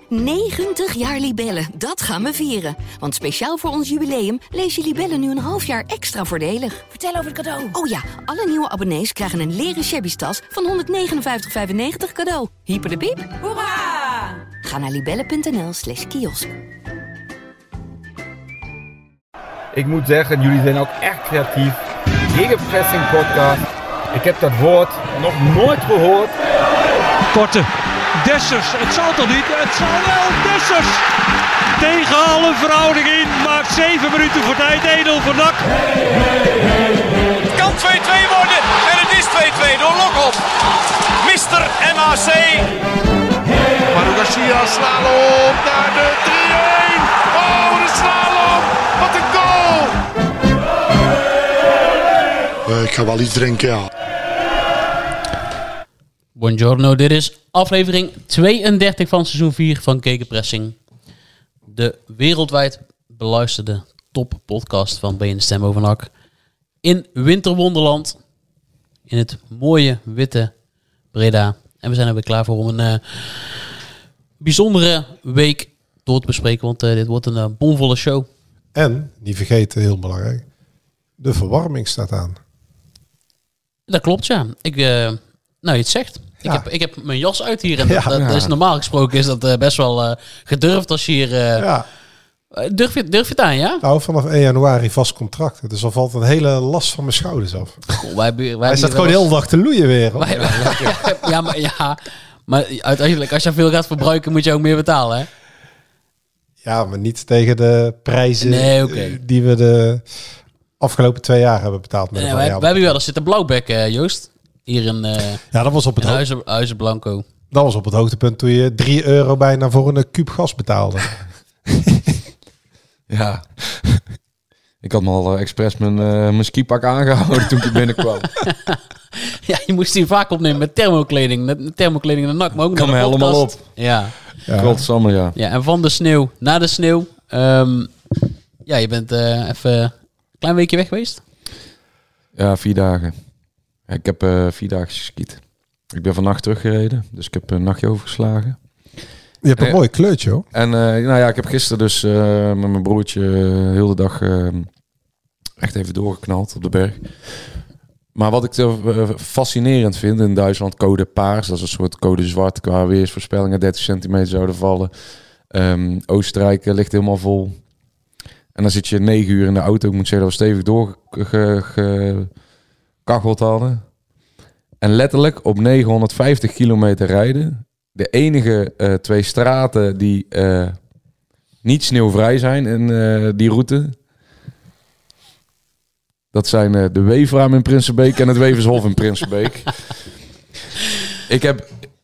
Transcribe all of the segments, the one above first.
90 jaar Libellen, dat gaan we vieren. Want speciaal voor ons jubileum lees je Libellen nu een half jaar extra voordelig. Vertel over het cadeau. Oh ja, alle nieuwe abonnees krijgen een leren shabby tas van 159,95 cadeau. Hyper de piep. Hoera! Ga naar libellen.nl/kiosk. Ik moet zeggen, jullie zijn ook echt creatief. Gegenpressing podcast. Ik heb dat woord nog nooit gehoord. Korte. Dessers. Het zal toch niet? Het zal wel. Dessers. Tegen alle verhouding in. Maakt 7 minuten voor tijd. 1-0 voor NAC. Het kan 2-2 worden. En het is 2-2 door Lokop. Mister MAC. Manu Garcia, slalom naar de 3-1. Oh, de slalom. Wat een goal. Ik ga wel iets drinken, ja. Buongiorno, dit is aflevering 32 van seizoen 4 van Gegenpressing. De wereldwijd beluisterde toppodcast van BN Stem van NAC. In winterwonderland. In het mooie witte Breda. En we zijn er weer klaar voor om een bijzondere week door te bespreken. Want dit wordt een bomvolle show. En, niet vergeten, heel belangrijk, de verwarming staat aan. Dat klopt, ja. Nou, je het zegt. Ja. Ik heb mijn jas uit hier. En dat is normaal gesproken is dat best wel gedurfd als je hier... Durf je het aan, ja? Nou, vanaf 1 januari vast contract. Dus al valt een hele last van mijn schouders af. Cool, wij staat gewoon de hele dag te loeien weer. Maar uiteindelijk, als je veel gaat verbruiken, moet je ook meer betalen, hè? Ja, maar niet tegen de prijzen die we de afgelopen 2 jaar hebben betaald. We hebben wel eens zitten blauwbekken, Joost. Hier in dat was op het Huizen Blanco. Dat was op het hoogtepunt toen je €3 bijna voor een kuub gas betaalde. Ja. Ik had me al expres mijn skipak aangehouden toen ik binnenkwam. Ja, je moest hier vaak opnemen met thermokleding. Met thermokleding in de nak, maar ook kan me helemaal op. Ja. Klopt, samen, ja. Ja, en van de sneeuw naar de sneeuw. Je bent even een klein weekje weg geweest. Ja, 4 dagen. Ik heb 4 dagen geskiet. Ik ben vannacht teruggereden, dus ik heb een nachtje overgeslagen. Je hebt een mooi kleurtje, hoor. En ik heb gisteren dus met mijn broertje heel de dag echt even doorgeknald op de berg. Maar wat ik fascinerend vind in Duitsland, code paars, dat is een soort code zwart qua weersvoorspellingen, 30 centimeter zouden vallen. Oostenrijk ligt helemaal vol. En dan zit je 9 uur in de auto. Ik moet zeggen dat we stevig doorgekacheld hadden. En letterlijk op 950 kilometer rijden. De enige 2 straten die niet sneeuwvrij zijn in die route. Dat zijn de Weefraam in Prinsenbeek en het Wevershof in Prinsenbeek. Ik heb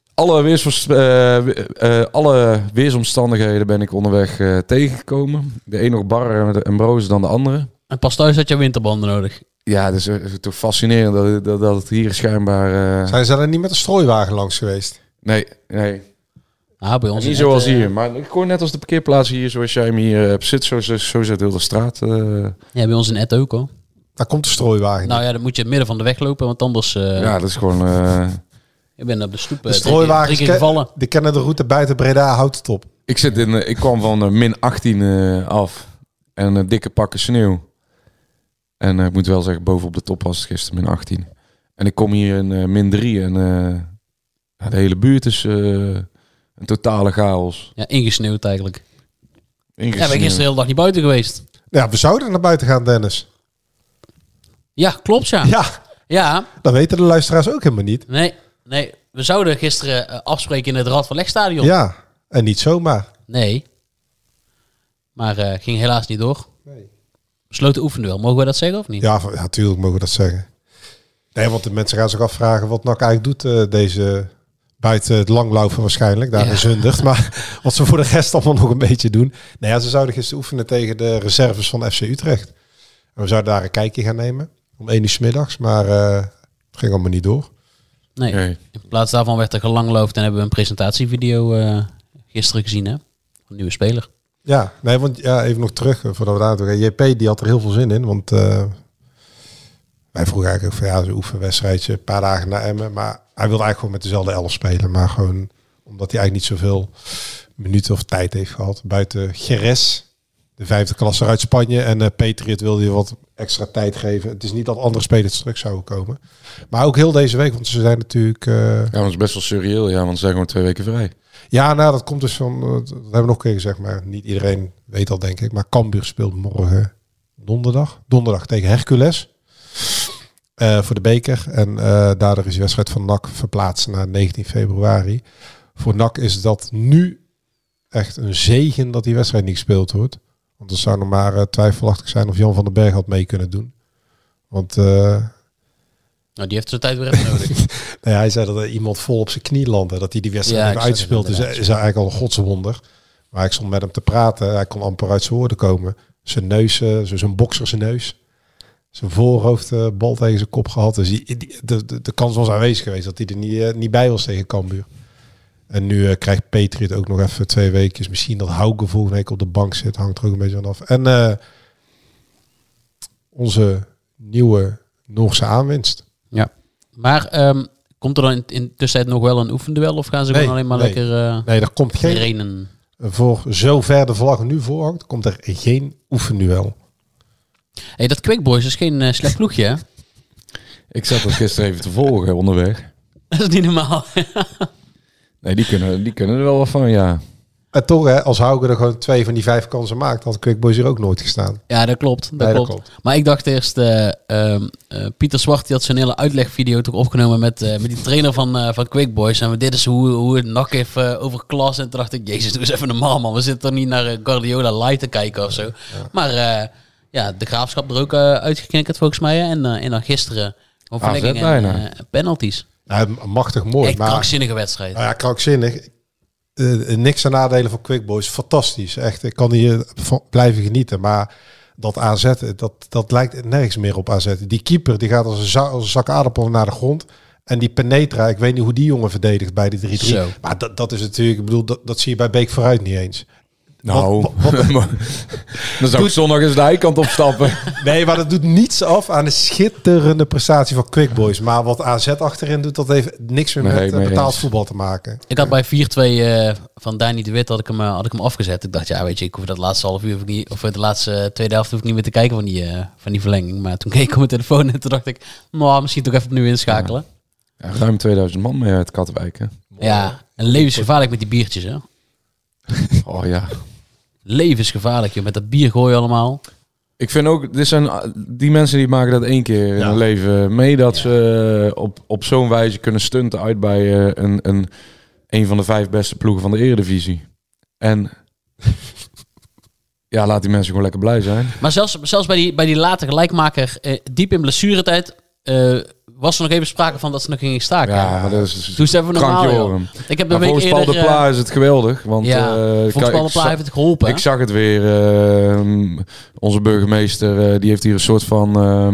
alle weersomstandigheden ben ik onderweg tegengekomen. De een nog barrer en brozer dan de andere. En pas thuis had je winterbanden nodig. Ja, dus het is toch fascinerend dat het hier schijnbaar... Zijn ze er niet met een strooiwagen langs geweest? Nee. Ah, bij ons niet zoals hier. Maar ik hoor net als de parkeerplaats hier, zoals jij hem hier hebt zit, zo zit heel de straat. Ja, bij ons in Ed ook al. Daar komt de strooiwagen. Nou ja, dan moet je in het midden van de weg lopen, want anders... ja, dat is gewoon... Ik ben op de stoep de strooiwagens gevallen. Die kennen de route buiten Breda, houdt op. Ik kwam van -18 af en een dikke pakken sneeuw. En ik moet wel zeggen, bovenop de top was het gisteren -18. En ik kom hier in -3 en de hele buurt is een totale chaos. Ja, ingesneeuwd eigenlijk. Ja, ben ik gisteren de hele dag niet buiten geweest. Ja, we zouden naar buiten gaan, Dennis. Ja, klopt, ja. Ja. Dat weten de luisteraars ook helemaal niet. Nee. We zouden gisteren afspreken in het Rad van Legstadion. Ja, en niet zomaar. Nee. Maar ging helaas niet door. Nee. Besloten oefenduel. Mogen we dat zeggen of niet? Ja, natuurlijk mogen we dat zeggen. Nee, want de mensen gaan zich afvragen wat NAC eigenlijk doet deze... Buiten het langlopen waarschijnlijk, daar in Zundert. Maar wat ze voor de rest allemaal nog een beetje doen. Nou ja, ze zouden gisteren oefenen tegen de reserves van FC Utrecht. En we zouden daar een kijkje gaan nemen. Om 1 uur 's middags. Maar het ging allemaal niet door. Nee. In plaats daarvan werd er gelangloofd en hebben we een presentatievideo gisteren gezien, hè? Van een nieuwe speler. Ja, nee, want even nog terug voordat we daar gaan. JP die had er heel veel zin in, want wij vroegen eigenlijk van zo'n oefenwedstrijdje, een paar dagen naar Emmen, maar hij wilde eigenlijk gewoon met dezelfde 11 spelen, maar gewoon omdat hij eigenlijk niet zoveel minuten of tijd heeft gehad. Buiten Jerez, de 5e klasser uit Spanje. En Patriot wilde je wat extra tijd geven. Het is niet dat andere spelers terug zouden komen. Maar ook heel deze week, want ze zijn natuurlijk... Ja, dat is best wel surreal. Ja, want ze zijn gewoon 2 weken vrij. Ja, nou, dat komt dus van... dat hebben we nog een keer gezegd, maar niet iedereen weet dat, denk ik. Maar Cambuur speelt morgen donderdag tegen Hercules. Voor de beker. En daardoor is de wedstrijd van NAC verplaatst naar 19 februari. Voor NAC is dat nu echt een zegen dat die wedstrijd niet gespeeld wordt. Want er zou nog maar twijfelachtig zijn of Jan van den Berg had mee kunnen doen. Want... Nou, die heeft zijn tijd weer even nodig. Nou ja, hij zei dat er iemand vol op zijn knie landde. Dat hij die wedstrijd even uitspeelt. Dus is eigenlijk al een godswonder. Maar ik stond met hem te praten. Hij kon amper uit zijn woorden komen. Zijn neus, zo'n bokser zijn neus. Zijn voorhoofd bal tegen zijn kop gehad. Dus de kans was aanwezig geweest dat hij er niet bij was tegen Cambuur. En nu krijgt Patriot ook nog even 2 weken. Misschien dat Hauke volgende week op de bank zit. Hangt er ook een beetje vanaf. En onze nieuwe Noorse aanwinst. Ja. Maar komt er dan in de tussentijd nog wel een oefenduel? Of gaan ze gewoon alleen maar lekker nee, er komt geen trainen? Voor zover de vlag nu voorhangt, komt er geen oefenduel. Hey, dat Quick Boys is geen slecht ploegje, hè? Ik zat dat gisteren even te volgen onderweg. Dat is niet normaal. Nee, die kunnen er wel wat van, ja. En toch, hè, als Hauke er gewoon 2 van die 5 kansen maakt, had Quick Boys hier ook nooit gestaan. Ja, dat klopt. Dat klopt. Maar ik dacht eerst, Pieter Zwart die had zijn hele uitlegvideo toch opgenomen met die trainer van Quick Boys. En dit is hoe het NAC heeft overklast. En toen dacht ik, jezus, doe eens even normaal, man. We zitten er niet naar Guardiola Light te kijken of zo. Ja. Maar de Graafschap er ook uitgeknikkerd volgens mij. En dan gisteren verlenging en penalties. Ja, machtig mooi. Echt krankzinnige wedstrijd. Nou ja, krankzinnig. Niks aan nadelen van Quick Boys. Fantastisch. Echt, ik kan hier blijven genieten. Maar dat AZ, dat lijkt nergens meer op AZ. Die keeper die gaat als een zak aardappel naar de grond. En die Penetra, ik weet niet hoe die jongen verdedigt bij die 3-3. Zo. Maar dat is natuurlijk, ik bedoel, dat zie je bij Beek vooruit niet eens. Nou, dan zou ik zondag eens de eikant opstappen. Nee, maar dat doet niets af aan de schitterende prestatie van Quick Boys. Maar wat AZ achterin doet, dat heeft niks meer met betaald voetbal te maken. Ik had bij 4-2 van Dani de Wit had ik hem afgezet. Ik dacht, ja, weet je, ik hoef dat laatste half uur niet, of de laatste tweede helft hoef ik niet meer te kijken van die verlenging. Maar toen keek ik op mijn telefoon en toen dacht ik, nou, misschien toch even opnieuw inschakelen. Ja, ruim 2000 man mee uit Katwijk, hè? Ja, en levensgevaarlijk met die biertjes, hè? Oh ja. Levensgevaarlijk, joh. Met dat bier gooien allemaal. Ik vind ook, dit zijn die mensen die maken dat 1 keer in hun leven mee. Dat ze op zo'n wijze kunnen stunten uit bij een van de 5 beste ploegen van de Eredivisie. En ja, laat die mensen gewoon lekker blij zijn. Maar zelfs bij die late gelijkmaker, diep in blessuretijd, was er nog even sprake van dat ze nog gingen staken. Ja, maar dat is toen even normaal. Ik heb volgens Paul de Pla is het geweldig. Want, volgens Paul de Pla heeft het geholpen. Ik zag het weer. Onze burgemeester die heeft hier een soort van...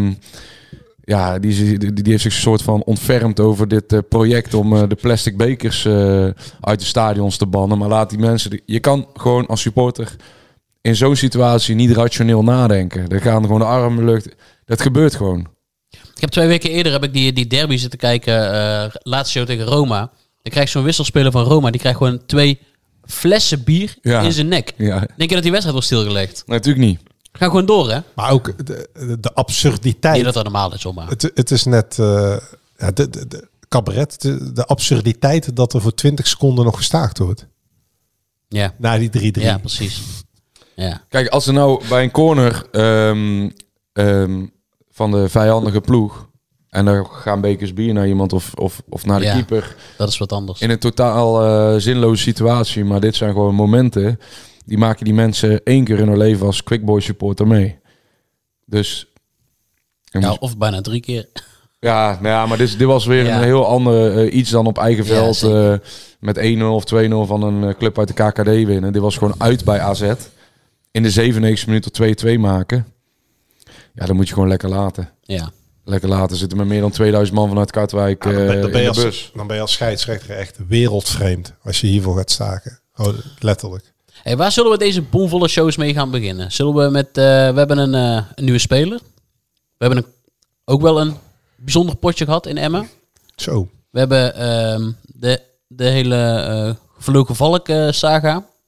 die heeft zich een soort van ontfermd over dit project om de plastic bekers uit de stadions te bannen. Maar laat die mensen... Je kan gewoon als supporter in zo'n situatie niet rationeel nadenken. Er gaan gewoon de armen lucht. Dat gebeurt gewoon. Ik heb 2 weken eerder heb ik die derby zitten kijken. Laatste show tegen Roma. Dan krijg je zo'n wisselspeler van Roma. Die krijgt gewoon 2 flessen bier in zijn nek. Ja. Denk je dat die wedstrijd wordt stilgelegd? Nee, natuurlijk niet. Ga gewoon door, hè? Maar ook de absurditeit. Niet dat dat normaal is, zomaar. Het is net de cabaret. De absurditeit dat er voor 20 seconden nog gestaakt wordt. Ja. Na die 3-3. Ja, precies. Ja. Kijk, als er nou bij een corner... van de vijandige ploeg. En dan gaan bekers bier naar iemand of naar de keeper. Dat is wat anders. In een totaal zinloze situatie. Maar dit zijn gewoon momenten. Die maken die mensen 1 keer in hun leven als Quick Boy supporter mee. Dus... Ja, of bijna 3 keer. Ja, maar dit was weer een heel ander iets dan op eigen veld. Met 1-0 of 2-0 van een club uit de KKD winnen. Dit was gewoon uit bij AZ. In de 97 minuten 2-2 maken. Ja, dan moet je gewoon lekker laten. Ja. Lekker laten. Zitten met meer dan 2000 man vanuit Katwijk in de bus. Dan ben je als scheidsrechter echt wereldvreemd als je hiervoor gaat staken. Oh, letterlijk. Hey, waar zullen we deze bomvolle shows mee gaan beginnen? Zullen we met... we hebben een nieuwe speler. We hebben ook wel een bijzonder potje gehad in Emmen. Zo. We hebben de hele Verloken Valk saga.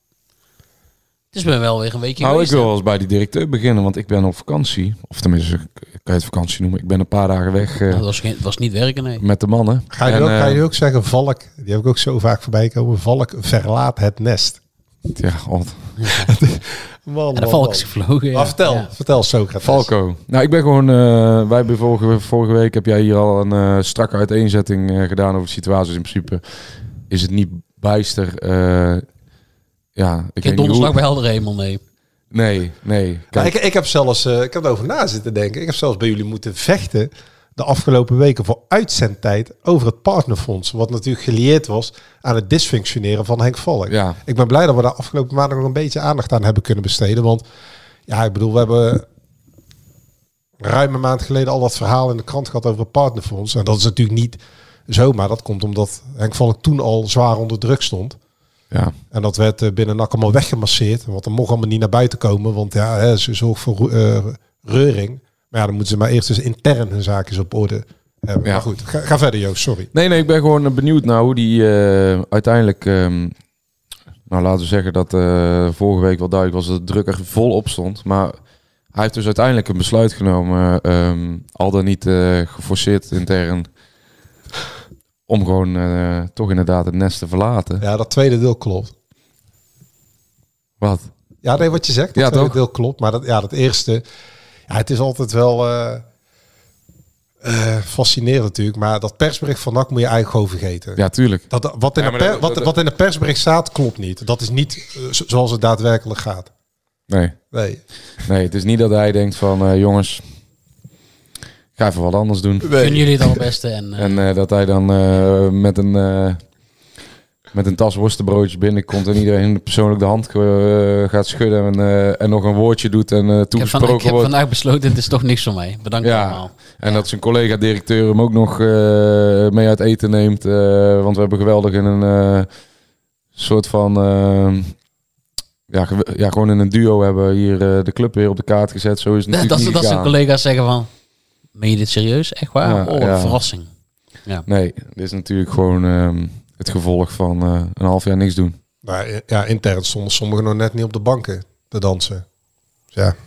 Het is me wel weer een weekje Nou, geweest. ik wil wel eens bij die directeur beginnen, want ik ben op vakantie. Of tenminste, kan je het vakantie noemen. Ik ben een paar dagen weg Het was niet werken, nee. met de mannen. Ga je ook zeggen, Valk, die heb ik ook zo vaak voorbij komen. Valk verlaat het nest. Ja, god. Man, De valk is gevlogen. Ja. Maar vertel Socrates. Falco. Nou, ik ben gewoon... wij hebben vorige week heb jij hier al een strakke uiteenzetting gedaan over de situatie. Dus in principe is het niet bijster... Geen donderslag bij helder hemel, nee. Nee. Maar ik heb zelfs, ik heb erover na zitten denken. Ik heb zelfs bij jullie moeten vechten de afgelopen weken voor uitzendtijd over het partnerfonds. Wat natuurlijk gelieerd was aan het dysfunctioneren van Henk Valk. Ja. Ik ben blij dat we daar afgelopen maandag nog een beetje aandacht aan hebben kunnen besteden. Want ja, ik bedoel, we hebben ruim een maand geleden al dat verhaal in de krant gehad over het partnerfonds. En dat is natuurlijk niet zomaar. Dat komt omdat Henk Valk toen al zwaar onder druk stond. Ja. En dat werd binnen NAC allemaal weggemasseerd. Want er mocht allemaal niet naar buiten komen. Want ja, ze zorgt voor reuring. Maar ja, dan moeten ze maar eerst eens intern hun zaakjes op orde hebben. Ja. Maar goed, ga verder Joost, sorry. Nee, ik ben gewoon benieuwd naar hoe die uiteindelijk... nou, laten we zeggen dat vorige week wel duidelijk was dat de druk er vol op stond. Maar hij heeft dus uiteindelijk een besluit genomen. Al dan niet geforceerd intern... om gewoon toch inderdaad het nest te verlaten. Ja, dat tweede deel klopt. Wat? Ja, nee, wat je zegt, dat Ja, tweede toch? deel klopt. Maar dat eerste... Ja, het is altijd wel fascinerend natuurlijk. Maar dat persbericht van NAC moet je eigenlijk gewoon vergeten. Ja, tuurlijk. Wat in de persbericht staat, klopt niet. Dat is niet zoals het daadwerkelijk gaat. Nee, het is niet dat hij denkt van... jongens, ga even wat anders doen. Kunnen jullie het allerbeste. En dat hij dan met een tas worstenbroodjes binnenkomt... en iedereen persoonlijk de hand gaat schudden... en nog een woordje doet en toegesproken wordt. Ik heb vandaag besloten, het is toch niks voor mij. Bedankt allemaal. En dat zijn collega-directeur hem ook nog mee uit eten neemt. Want we hebben geweldig in een soort van... gewoon in een duo hebben hier de club weer op de kaart gezet. Zo is het natuurlijk niet Dat zijn gegaan. collega's zeggen van... Meen je dit serieus? Echt waar? Ja. Verrassing. Ja. Nee, dit is natuurlijk gewoon het gevolg van een half jaar niks doen. Maar ja, intern stonden sommigen nog net niet op de banken te dansen. Dus ja.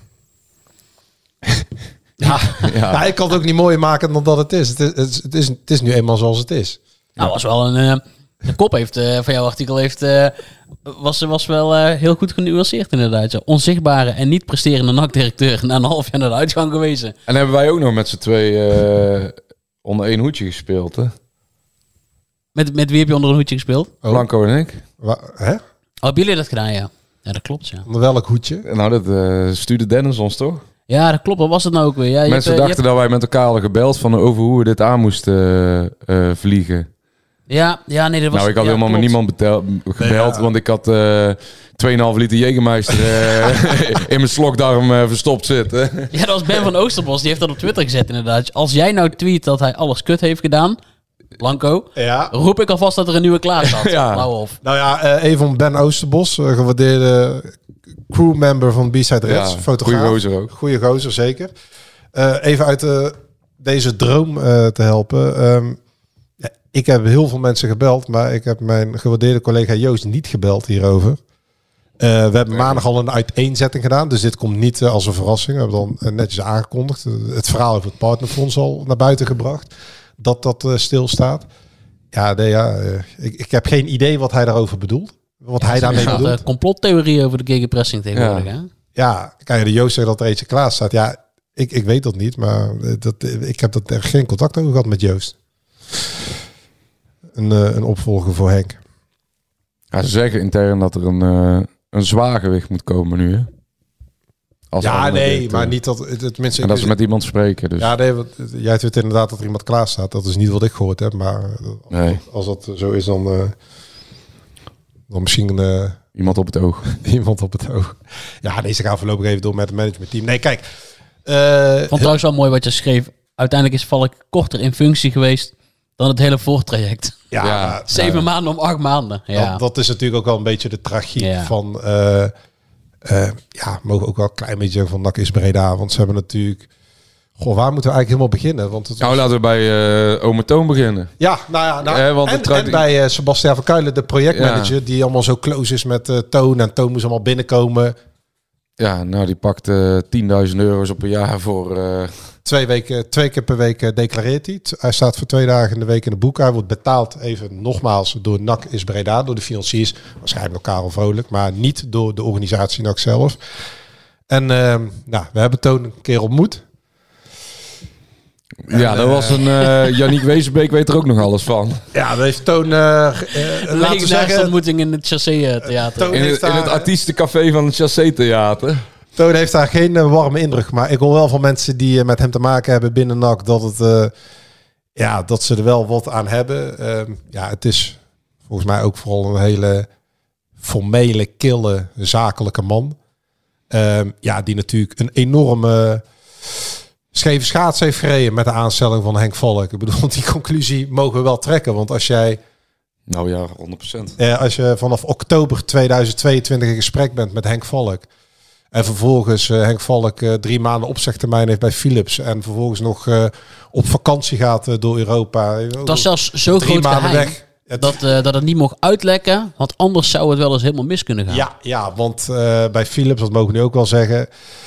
Ja, ik kan het ook niet mooier maken dan dat het is. Het is nu eenmaal zoals het is. Nou, was wel de kop van jouw artikel was wel heel goed genuanceerd inderdaad. Zo. Onzichtbare en niet presterende NAC-directeur na een half jaar naar de uitgang gewezen. En hebben wij ook nog met z'n twee onder één hoedje gespeeld, hè? Met wie heb je onder een hoedje gespeeld? Blanco en ik. Hè? Oh, hebben jullie dat gedaan, ja? Ja, dat klopt, ja. Onder welk hoedje? Nou, dat stuurde Dennis ons toch? Ja, dat klopt. Wat was het nou ook weer? Ja, Mensen dachten dat wij met elkaar hadden gebeld van over hoe we dit aan moesten vliegen. Ja, nee, dat was... Nou, ik had helemaal met niemand gebeld, want ik had 2,5 liter Jägermeister in mijn slokdarm verstopt zitten. Ja, dat was Ben van Oosterbos, die heeft dat op Twitter gezet inderdaad. Als jij nou tweet dat hij alles kut heeft gedaan, Blanco, roep ik alvast dat er een nieuwe klaar staat. Ja. Nou, Nou ja, even om Ben Oosterbos, gewaardeerde crewmember van B-Side Reds, fotograaf. Goeie gozer ook. Goeie gozer, zeker. Even uit deze droom te helpen. Ik heb heel veel mensen gebeld, maar ik heb mijn gewaardeerde collega Joost niet gebeld hierover. We hebben maandag al een uiteenzetting gedaan, dus dit komt niet als een verrassing. We hebben dan netjes aangekondigd. Het verhaal over het partnerfonds al naar buiten gebracht. Dat stilstaat. Ja, ik heb geen idee wat hij daarover bedoelt. Wat hij daarmee bedoelt. Complottheorie over de gegenpressing tegenwoordig, hè? Ja, kan je de Joost zeggen dat er eentje klaar staat? Ja, ik weet dat niet, maar ik heb er geen contact over gehad met Joost. Een opvolger voor Henk. Ja, ze zeggen intern dat er een zwaargewicht moet komen nu, hè? Maar niet dat... Tenminste, en dat ze met iemand spreken, dus... Ja, nee, jij weet inderdaad dat er iemand klaar staat. Dat is niet wat ik gehoord heb, maar als dat zo is, dan misschien... iemand op het oog. Iemand op het oog. Ja, deze gaan voorlopig even door met het managementteam. Nee, kijk. Vond trouwens wel mooi wat je schreef. Uiteindelijk is Valk korter in functie geweest dan het hele voortraject. Ja, 7 maanden om 8 maanden. Ja. Dat is natuurlijk ook wel een beetje de tragiek van... mogen ook wel een klein beetje zeggen van NAC is Breda. Want ze hebben natuurlijk Goh, waar moeten we eigenlijk helemaal beginnen? Want het Nou, laten we bij Ome Toon beginnen. Ja, en bij Sebastiaan van Kuilen, de projectmanager, die allemaal zo close is met Toon. En Toon moest allemaal binnenkomen. Ja, nou, die pakt €10.000 op een jaar voor... 2 keer per week declareert hij. Hij staat voor 2 dagen in de week in de boek. Hij wordt betaald, even nogmaals, door NAC is Breda, door de financiers. Waarschijnlijk door Karel Vrolijk, maar niet door de organisatie NAC zelf. En we hebben Toon een keer ontmoet. Ja, dat was een... Yannick Wezenbeek weet er ook nog alles van. Ja, dat heeft Toon... laten we zeggen... ontmoeting in het Chassé Theater. In het artiestencafé van het Chassé Theater. Toon heeft daar geen warme indruk gemaakt. Ik hoor wel van mensen die met hem te maken hebben binnen NAC dat het... dat ze er wel wat aan hebben. Het is volgens mij ook vooral een hele formele, kille, zakelijke man. Die natuurlijk een enorme... scheve schaats heeft gereden met de aanstelling van Henk Valk. Ik bedoel, die conclusie mogen we wel trekken. Want als jij... Nou ja, 100%. Als je vanaf oktober 2022 in gesprek bent met Henk Valk... en vervolgens Henk Valk 3 maanden opzegtermijn heeft bij Philips... en vervolgens nog op vakantie gaat door Europa. Dat is zelfs zo 3 groot maanden geheim weg. Dat het niet mocht uitlekken. Want anders zou het wel eens helemaal mis kunnen gaan. Ja, want bij Philips, dat mogen we nu ook wel zeggen...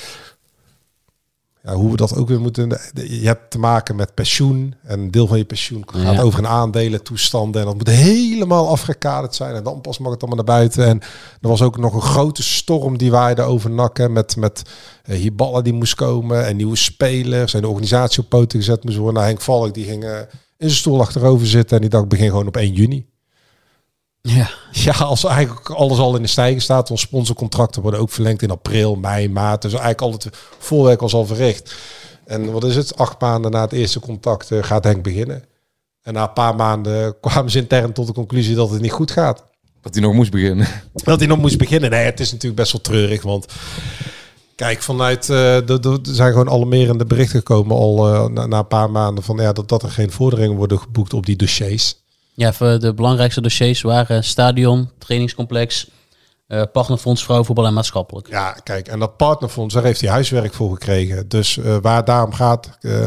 Ja, hoe we dat ook weer moeten... Je hebt te maken met pensioen. En een deel van je pensioen gaat over een aandelentoestanden. En dat moet helemaal afgekaderd zijn. En dan pas mag het allemaal naar buiten. En er was ook nog een grote storm die waaide over NAC. Met Hiballa die moest komen. En nieuwe spelers. En de organisatie op poten gezet moest worden. Nou, Henk Valk die ging in zijn stoel achterover zitten. En die dacht, begin gewoon op 1 juni. Ja, als eigenlijk alles al in de stijger staat. Onze sponsorcontracten worden ook verlengd in april, mei, maart. Dus eigenlijk al het voorwerk was al verricht. En wat is het? 8 maanden na het eerste contact gaat Henk beginnen. En na een paar maanden kwamen ze intern tot de conclusie dat het niet goed gaat. Dat hij nog moest beginnen. Nee, het is natuurlijk best wel treurig. Want kijk, vanuit er zijn gewoon alarmerende berichten gekomen al na een paar maanden van dat er geen vorderingen worden geboekt op die dossiers. Ja, voor de belangrijkste dossiers waren stadion, trainingscomplex, partnerfonds vrouwenvoetbal en maatschappelijk. Ja, kijk, en dat partnerfonds, daar heeft hij huiswerk voor gekregen. Dus waar het daarom gaat,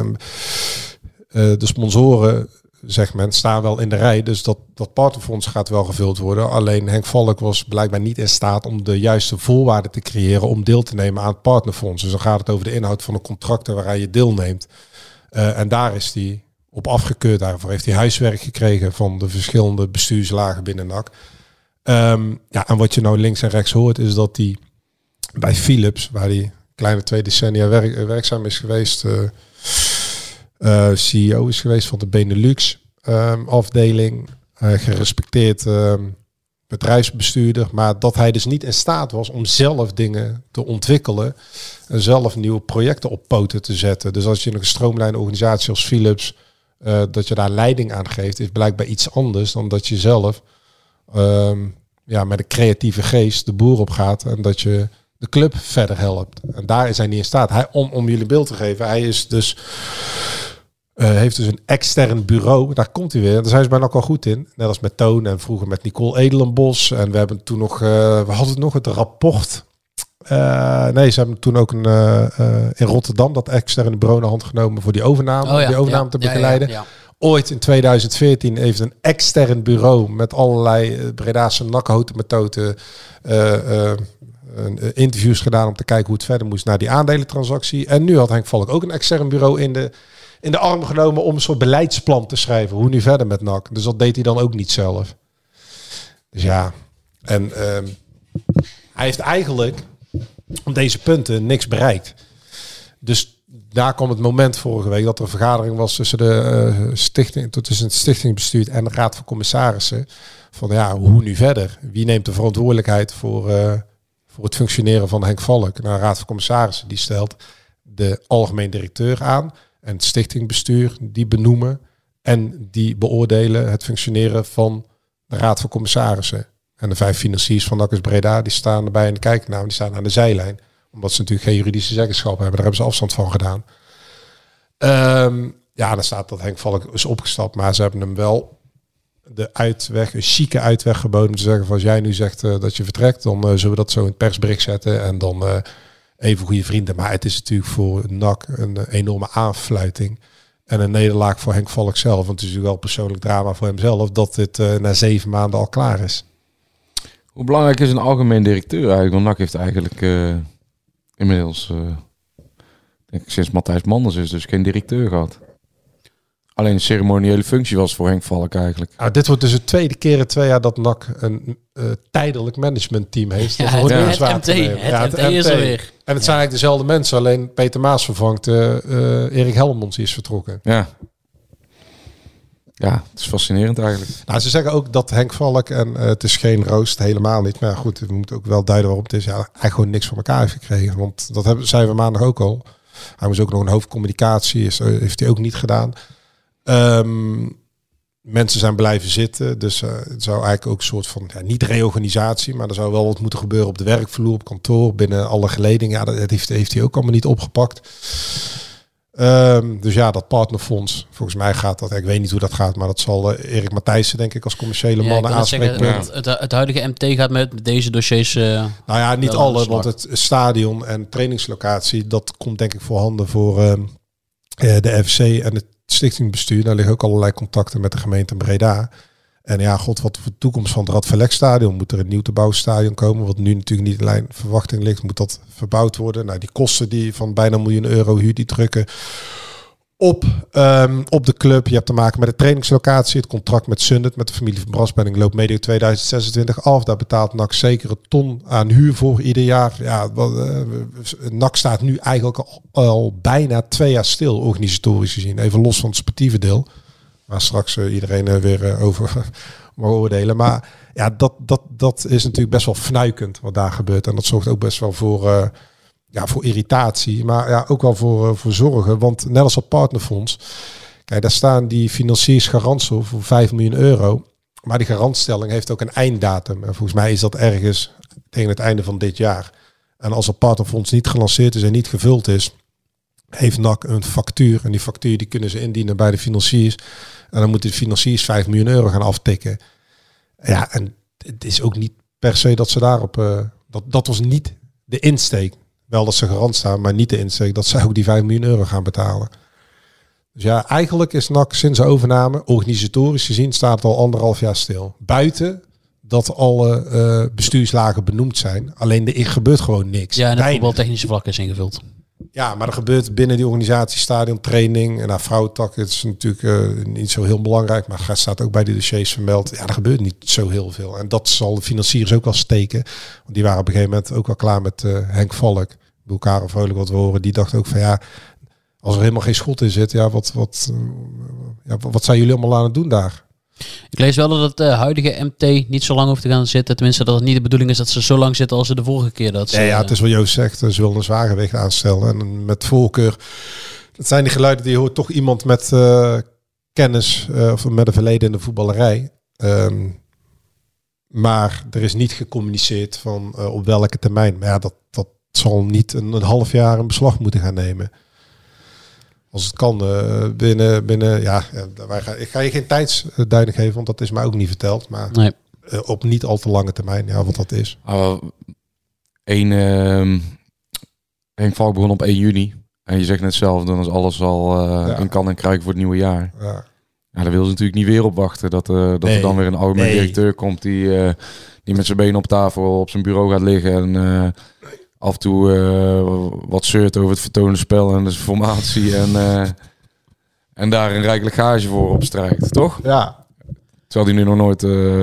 de sponsoren, zegt men, staan wel in de rij. Dus dat partnerfonds gaat wel gevuld worden. Alleen Henk Valk was blijkbaar niet in staat om de juiste voorwaarden te creëren om deel te nemen aan het partnerfonds. Dus dan gaat het over de inhoud van de contracten waaraan je deelneemt. En daar is hij op afgekeurd. Daarvoor heeft hij huiswerk gekregen van de verschillende bestuurslagen binnen NAC. En wat je nou links en rechts hoort, is dat hij bij Philips, waar hij kleine 2 decennia werkzaam is geweest, CEO is geweest van de Benelux afdeling, gerespecteerd bedrijfsbestuurder, maar dat hij dus niet in staat was om zelf dingen te ontwikkelen en zelf nieuwe projecten op poten te zetten. Dus als je een gestroomlijnde organisatie als Philips, dat je daar leiding aan geeft, is blijkbaar iets anders dan dat je zelf met een creatieve geest de boer op gaat en dat je de club verder helpt. En daar is hij niet in staat. Om jullie beeld te geven, hij is dus heeft dus een extern bureau. Daar komt hij weer. Daar zijn ze bijna ook al goed in. Net als met Toon en vroeger met Nicole Edelenbos. En we hebben toen nog, we hadden nog het rapport. Ze hebben toen ook in Rotterdam dat externe bureau naar hand genomen voor die overname. Die overname te begeleiden. Ja. Ooit in 2014 heeft een extern bureau met allerlei Bredaanse nakhouten methoden interviews gedaan om te kijken hoe het verder moest naar die aandelentransactie. En nu had Henk Valk ook een extern bureau in de arm genomen om een soort beleidsplan te schrijven. Hoe nu verder met NAC. Dus dat deed hij dan ook niet zelf. Dus ja. En hij heeft eigenlijk op deze punten niks bereikt. Dus daar kwam het moment vorige week dat er een vergadering was tussen het stichtingsbestuur en de Raad van Commissarissen. Van hoe nu verder? Wie neemt de verantwoordelijkheid voor het functioneren van Henk Valk? Nou, de Raad van Commissarissen die stelt de algemeen directeur aan. En het stichtingbestuur die benoemen en die beoordelen het functioneren van de Raad van Commissarissen. En de 5 financiers van NAC is Breda, die staan erbij in de kijknaam, die staan aan de zijlijn. Omdat ze natuurlijk geen juridische zeggenschap hebben. Daar hebben ze afstand van gedaan. Dan staat dat Henk Valk is opgestapt, maar ze hebben hem wel een chique uitweg geboden om te zeggen van als jij nu zegt dat je vertrekt, dan zullen we dat zo in het persbericht zetten en dan even goede vrienden. Maar het is natuurlijk voor NAC een enorme aanfluiting. En een nederlaag voor Henk Valk zelf. Want het is natuurlijk wel persoonlijk drama voor hemzelf. Dat dit na 7 maanden al klaar is. Hoe belangrijk is een algemeen directeur eigenlijk? Want NAC heeft eigenlijk inmiddels, denk ik sinds Matthijs Manders is, dus geen directeur gehad. Alleen een ceremoniële functie was voor Henk Valk eigenlijk. Nou, dit wordt dus de tweede keer in 2 jaar dat NAC een tijdelijk managementteam heeft. Ja, het MT is er weer. En het zijn eigenlijk dezelfde mensen. Alleen Peter Maas vervangt Erik Helmonds, die is vertrokken. Ja. Ja, het is fascinerend eigenlijk. Nou, ze zeggen ook dat Henk Valk, en het is geen roost, helemaal niet. Maar goed, we moeten ook wel duiden waarom het is. Ja, eigenlijk gewoon niks voor elkaar heeft gekregen. Want dat zeiden we maandag ook al. Hij moest ook nog een hoofdcommunicatie, heeft hij ook niet gedaan. Mensen zijn blijven zitten. Dus het zou eigenlijk ook een soort van, niet reorganisatie, maar er zou wel wat moeten gebeuren op de werkvloer, op kantoor, binnen alle geledingen. Ja, dat heeft hij ook allemaal niet opgepakt. Dus ja, dat partnerfonds, volgens mij gaat dat, ik weet niet hoe dat gaat, maar dat zal Erik Matthijssen, denk ik, als commerciële mannen aanspreken. Het huidige MT gaat met deze dossiers... nou ja, niet alle, want het stadion en trainingslocatie, dat komt denk ik voorhanden voor de FC en het stichtingbestuur. Daar liggen ook allerlei contacten met de gemeente Breda. En ja, god, wat voor de toekomst van het Radverlegstadion? Moet er een nieuw te bouwen stadion komen? Wat nu natuurlijk niet in lijn verwachting ligt. Moet dat verbouwd worden? Nou, die kosten die van bijna €1 miljoen huur, die drukken op de club. Je hebt te maken met de trainingslocatie. Het contract met Sundet, met de familie van Braspenning, loopt medio 2026 af. Daar betaalt NAC zeker een ton aan huur voor ieder jaar. Ja, NAC staat nu eigenlijk al bijna 2 jaar stil, organisatorisch gezien. Even los van het sportieve deel. Waar straks iedereen weer over mag oordelen. Maar ja, dat is natuurlijk best wel fnuikend wat daar gebeurt. En dat zorgt ook best wel voor irritatie. Maar ja, ook wel voor zorgen. Want net als dat partnerfonds. Kijk, daar staan die financiersgarantie voor €5 miljoen. Maar die garantstelling heeft ook een einddatum. En volgens mij is dat ergens tegen het einde van dit jaar. En als het partnerfonds niet gelanceerd is en niet gevuld is, heeft NAC een factuur. En die factuur die kunnen ze indienen bij de financiers. En dan moeten de financiers €5 miljoen gaan aftikken. Ja, en het is ook niet per se dat ze daarop... Dat was niet de insteek. Wel dat ze garant staan, maar niet de insteek dat ze ook die €5 miljoen gaan betalen. Dus ja, eigenlijk is NAC sinds de overname, organisatorisch gezien, staat het al 1,5 jaar stil. Buiten dat alle bestuurslagen benoemd zijn. Alleen er gebeurt gewoon niks. Ja, en het voetbaltechnische vlak is ingevuld. Ja, maar er gebeurt binnen die organisatie stadiontraining. En vrouwentak is natuurlijk niet zo heel belangrijk. Maar het staat ook bij de dossiers vermeld. Ja, er gebeurt niet zo heel veel. En dat zal de financiers ook wel steken. Want die waren op een gegeven moment ook wel klaar met Henk Valk. Karel Vrolijk wat we horen. Die dacht ook van ja, als er helemaal geen schot in zit. Ja, wat zijn jullie allemaal aan het doen daar? Ik lees wel dat het huidige MT niet zo lang hoeft te gaan zitten. Tenminste, dat het niet de bedoeling is dat ze zo lang zitten als ze de vorige keer. Het is wat Joost zegt. Ze willen een zwaargewicht aanstellen. En met voorkeur, dat zijn die geluiden die je hoort, toch iemand met kennis of met een verleden in de voetballerij. Maar er is niet gecommuniceerd van op welke termijn. Maar ja, dat zal niet een half jaar in beslag moeten gaan nemen. Als het kan binnen ik ga je geen tijdsduiding geven, want dat is mij ook niet verteld. Maar nee. Op niet al te lange termijn, ja, wat dat is. Henk Valk begon op 1 juni. En je zegt net zelf, dan is alles al in kan en kruik voor het nieuwe jaar. Ja. Ja, daar wil ze natuurlijk niet weer op wachten. Dat er dan weer een algemeen directeur komt die met zijn benen op tafel op zijn bureau gaat liggen. En af en toe wat zeurt over het vertonen spel en de formatie. En daar een rijkelijk gage voor opstrijkt, toch? Ja. Terwijl hij nu nog nooit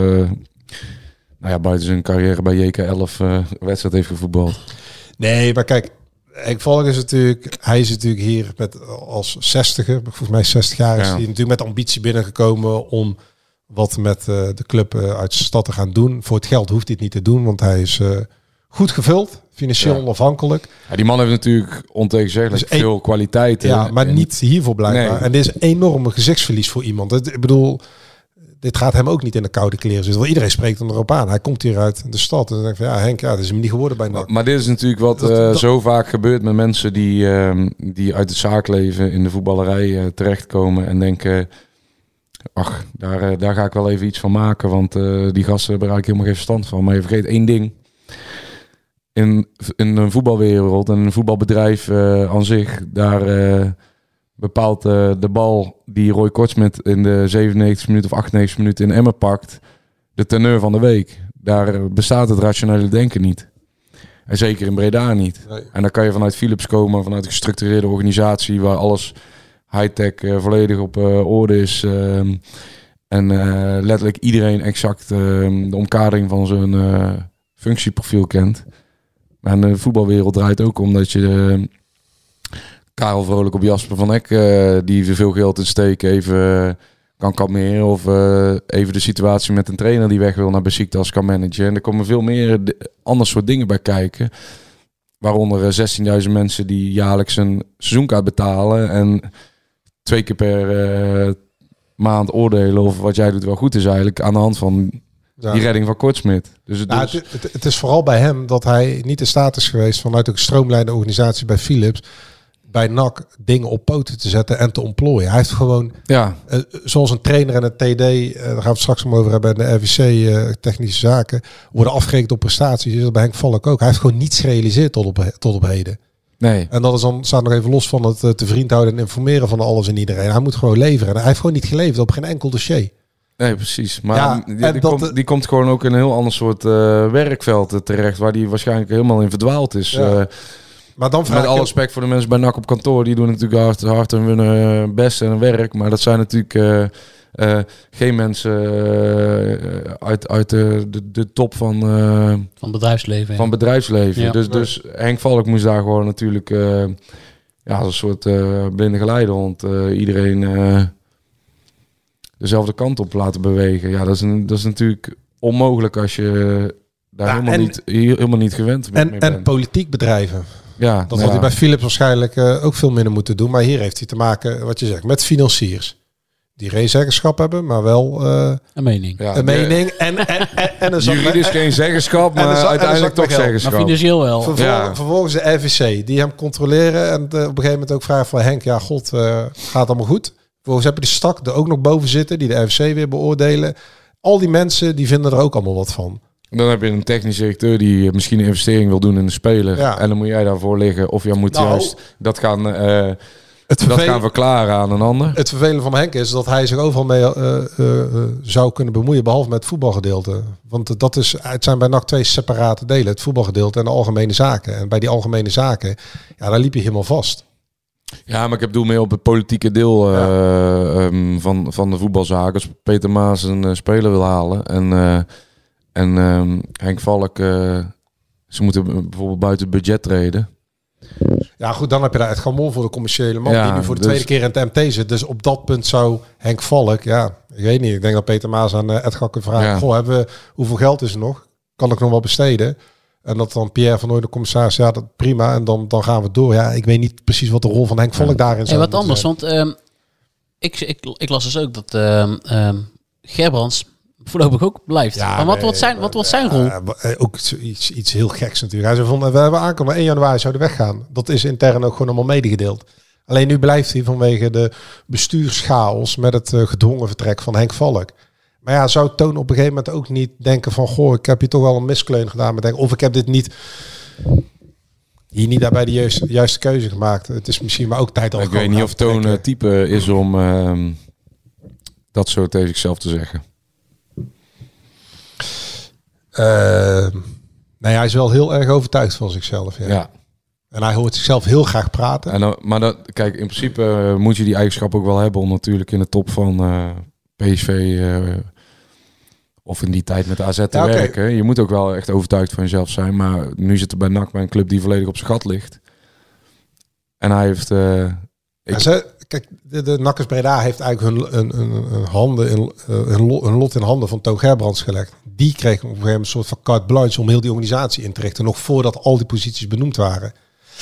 buiten zijn carrière bij JK11 wedstrijd heeft gevoetbald. Nee, maar kijk, Henk Valk is natuurlijk hier als 60er, volgens mij 60 jaar, is hij natuurlijk met ambitie binnengekomen om wat met de club uit zijn stad te gaan doen. Voor het geld hoeft hij het niet te doen, want hij is goed gevuld, financieel onafhankelijk. Ja, die man heeft natuurlijk ontegenzeggelijk veel kwaliteiten. Ja, maar niet hiervoor blijkbaar. Nee. En dit is een enorme gezichtsverlies voor iemand. Ik bedoel, dit gaat hem ook niet in de koude kleren zitten. Want iedereen spreekt hem erop aan. Hij komt hier uit de stad. En dan denk ik van Henk, dat is hem niet geworden bij NAC. Maar dit is natuurlijk wat zo vaak gebeurt met mensen die uit het zaakleven in de voetballerij terechtkomen en denken, ach, daar ga ik wel even iets van maken. Want die gasten hebben er eigenlijk helemaal geen verstand van. Maar je vergeet één ding. in een voetbalwereld en een voetbalbedrijf aan zich, daar bepaalt de bal die Roy Kortsmit in de 97 minuten of 98 minuten in Emmen pakt, de teneur van de week. Daar bestaat het rationele denken niet. En zeker in Breda niet. Nee. En dan kan je vanuit Philips komen, vanuit een gestructureerde organisatie waar alles high-tech volledig op orde is. En letterlijk iedereen exact de omkadering van zijn functieprofiel kent. Maar de voetbalwereld draait ook om dat je Karel Vrolijk op Jasper van Eck, die er veel geld in steken, even kan kalmeren. Of even de situatie met een trainer die weg wil naar Besiktas kan managen. En er komen veel meer ander soort dingen bij kijken. Waaronder 16.000 mensen die jaarlijks een seizoenkaart betalen. En 2 keer per maand oordelen of wat jij doet wel goed is eigenlijk. Aan de hand van die redding van Kortsmit. Dus het is vooral bij hem dat hij niet in staat is geweest vanuit een gestroomlijnde organisatie bij Philips, bij NAC dingen op poten te zetten en te ontplooien. Hij heeft gewoon, zoals een trainer en een TD, daar gaan we het straks om over hebben, en de RVC technische zaken, worden afgerekend op prestaties. Is dat bij Henk Valk ook. Hij heeft gewoon niets gerealiseerd tot op heden. Nee. En dat is dan, staat nog even los van het te vriend houden en informeren van alles en iedereen. Hij moet gewoon leveren. En hij heeft gewoon niet geleverd op geen enkel dossier. Nee, precies. Maar die komt gewoon ook in een heel ander soort werkveld terecht, waar die waarschijnlijk helemaal in verdwaald is. Ja. Maar dan met alle respect voor de mensen bij NAC op kantoor, die doen natuurlijk hard hun best en hun werk. Maar dat zijn natuurlijk geen mensen uit de top van bedrijfsleven. Van bedrijfsleven. Ja. Dus Henk Valk moest daar gewoon natuurlijk als een soort blinde geleidehond iedereen dezelfde kant op laten bewegen. Ja, dat is natuurlijk onmogelijk als je daar helemaal niet gewend bent. En politiek bedrijven. Ja, dat had hij bij Philips waarschijnlijk ook veel minder moeten doen. Maar hier heeft hij te maken, wat je zegt, met financiers. Die geen zeggenschap hebben, maar wel een mening. Ja, een mening. En een juridisch geen zeggenschap, maar uiteindelijk toch zeggenschap. Maar financieel wel. Vervolgens de RVC, die hem controleren. En op een gegeven moment ook vragen van Henk, ja god, gaat allemaal goed? Vervolgens heb je de stak er ook nog boven zitten, die de RVC weer beoordelen. Al die mensen, die vinden er ook allemaal wat van. Dan heb je een technisch directeur die misschien een investering wil doen in de speler. Ja. En dan moet jij daarvoor liggen. Of je moet juist dat gaan verklaren aan een ander. Het vervelende van Henk is dat hij zich overal mee zou kunnen bemoeien, behalve met het voetbalgedeelte. Want het zijn bij NAC 2 separate delen. Het voetbalgedeelte en de algemene zaken. En bij die algemene zaken, ja, daar liep je helemaal vast. Ja, maar ik heb doel mee op het politieke deel van de voetbalzaken. Als Peter Maas een speler wil halen en Henk Valk, ze moeten bijvoorbeeld buiten het budget treden. Ja goed, dan heb je daar het gamon voor de commerciële man die nu voor de tweede keer in het MT zit. Dus op dat punt zou Henk Valk, ik weet niet. Ik denk dat Peter Maas aan Edgar kan vragen. Goh, hoeveel geld is er nog? Kan ik nog wel besteden? En dat dan Pierre van Nooy, de commissaris, dat prima. En dan gaan we door. Ja, ik weet niet precies wat de rol van Henk Valk daarin zou wat anders, want ik las dus ook dat Gerbrands voorlopig ook blijft. Ja, maar wat was zijn rol? Ook iets heel geks natuurlijk. Hij zei we hebben aankomen 1 januari zouden weggaan. Dat is intern ook gewoon allemaal medegedeeld. Alleen nu blijft hij vanwege de bestuurschaos met het gedwongen vertrek van Henk Valk. Maar ja, zou Toon op een gegeven moment ook niet denken van goh, ik heb hier toch wel een miskleun gedaan. Maar of ik heb dit niet daarbij de juiste keuze gemaakt. Het is misschien maar ook tijd. Ik weet niet of Toon type is om dat zo tegen zichzelf te zeggen. Nee, hij is wel heel erg overtuigd van zichzelf. Ja. En hij hoort zichzelf heel graag praten. Kijk, in principe moet je die eigenschap ook wel hebben om natuurlijk in de top van PSV of in die tijd met de AZ te werken. Je moet ook wel echt overtuigd van jezelf zijn. Maar nu zit er bij NAC bij een club die volledig op zijn gat ligt. En hij heeft... Kijk, de NAC Breda heeft eigenlijk hun lot in handen van Toon Gerbrands gelegd. Die kreeg op een gegeven moment een soort van carte blanche om heel die organisatie in te richten. Nog voordat al die posities benoemd waren.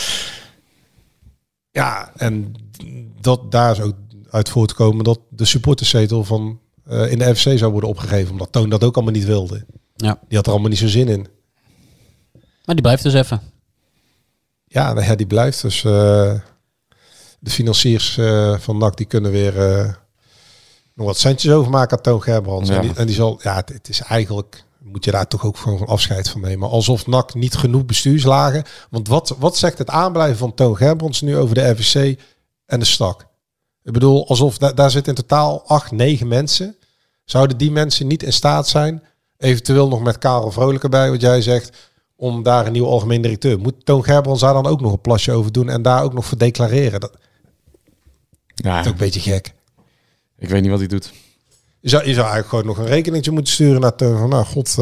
Ja, en daar is ook uit voortkomen dat de supporterszetel van in de FC zou worden opgegeven. Omdat Toon dat ook allemaal niet wilde. Ja. Die had er allemaal niet zo zin in. Maar die blijft dus even. Ja, die blijft dus... de financiers van NAC die kunnen weer nog wat centjes overmaken aan Toon Gerbrands. Ja. En die zal, het is eigenlijk moet je daar toch ook gewoon afscheid van nemen. Alsof NAC niet genoeg bestuurslagen. Want wat zegt het aanblijven van Toon Gerbrands nu over de RVC en de stak? Ik bedoel, alsof daar zitten in totaal 8-9 mensen. Zouden die mensen niet in staat zijn, eventueel nog met Karel Vrolijk erbij, wat jij zegt, om daar een nieuwe algemeen directeur. Moet Toon Gerbrands daar dan ook nog een plasje over doen en daar ook nog voor declareren? Dat is ook een beetje gek. Ik weet niet wat hij doet. Je zou eigenlijk gewoon nog een rekeningetje moeten sturen naar Toon. Van, nou, god,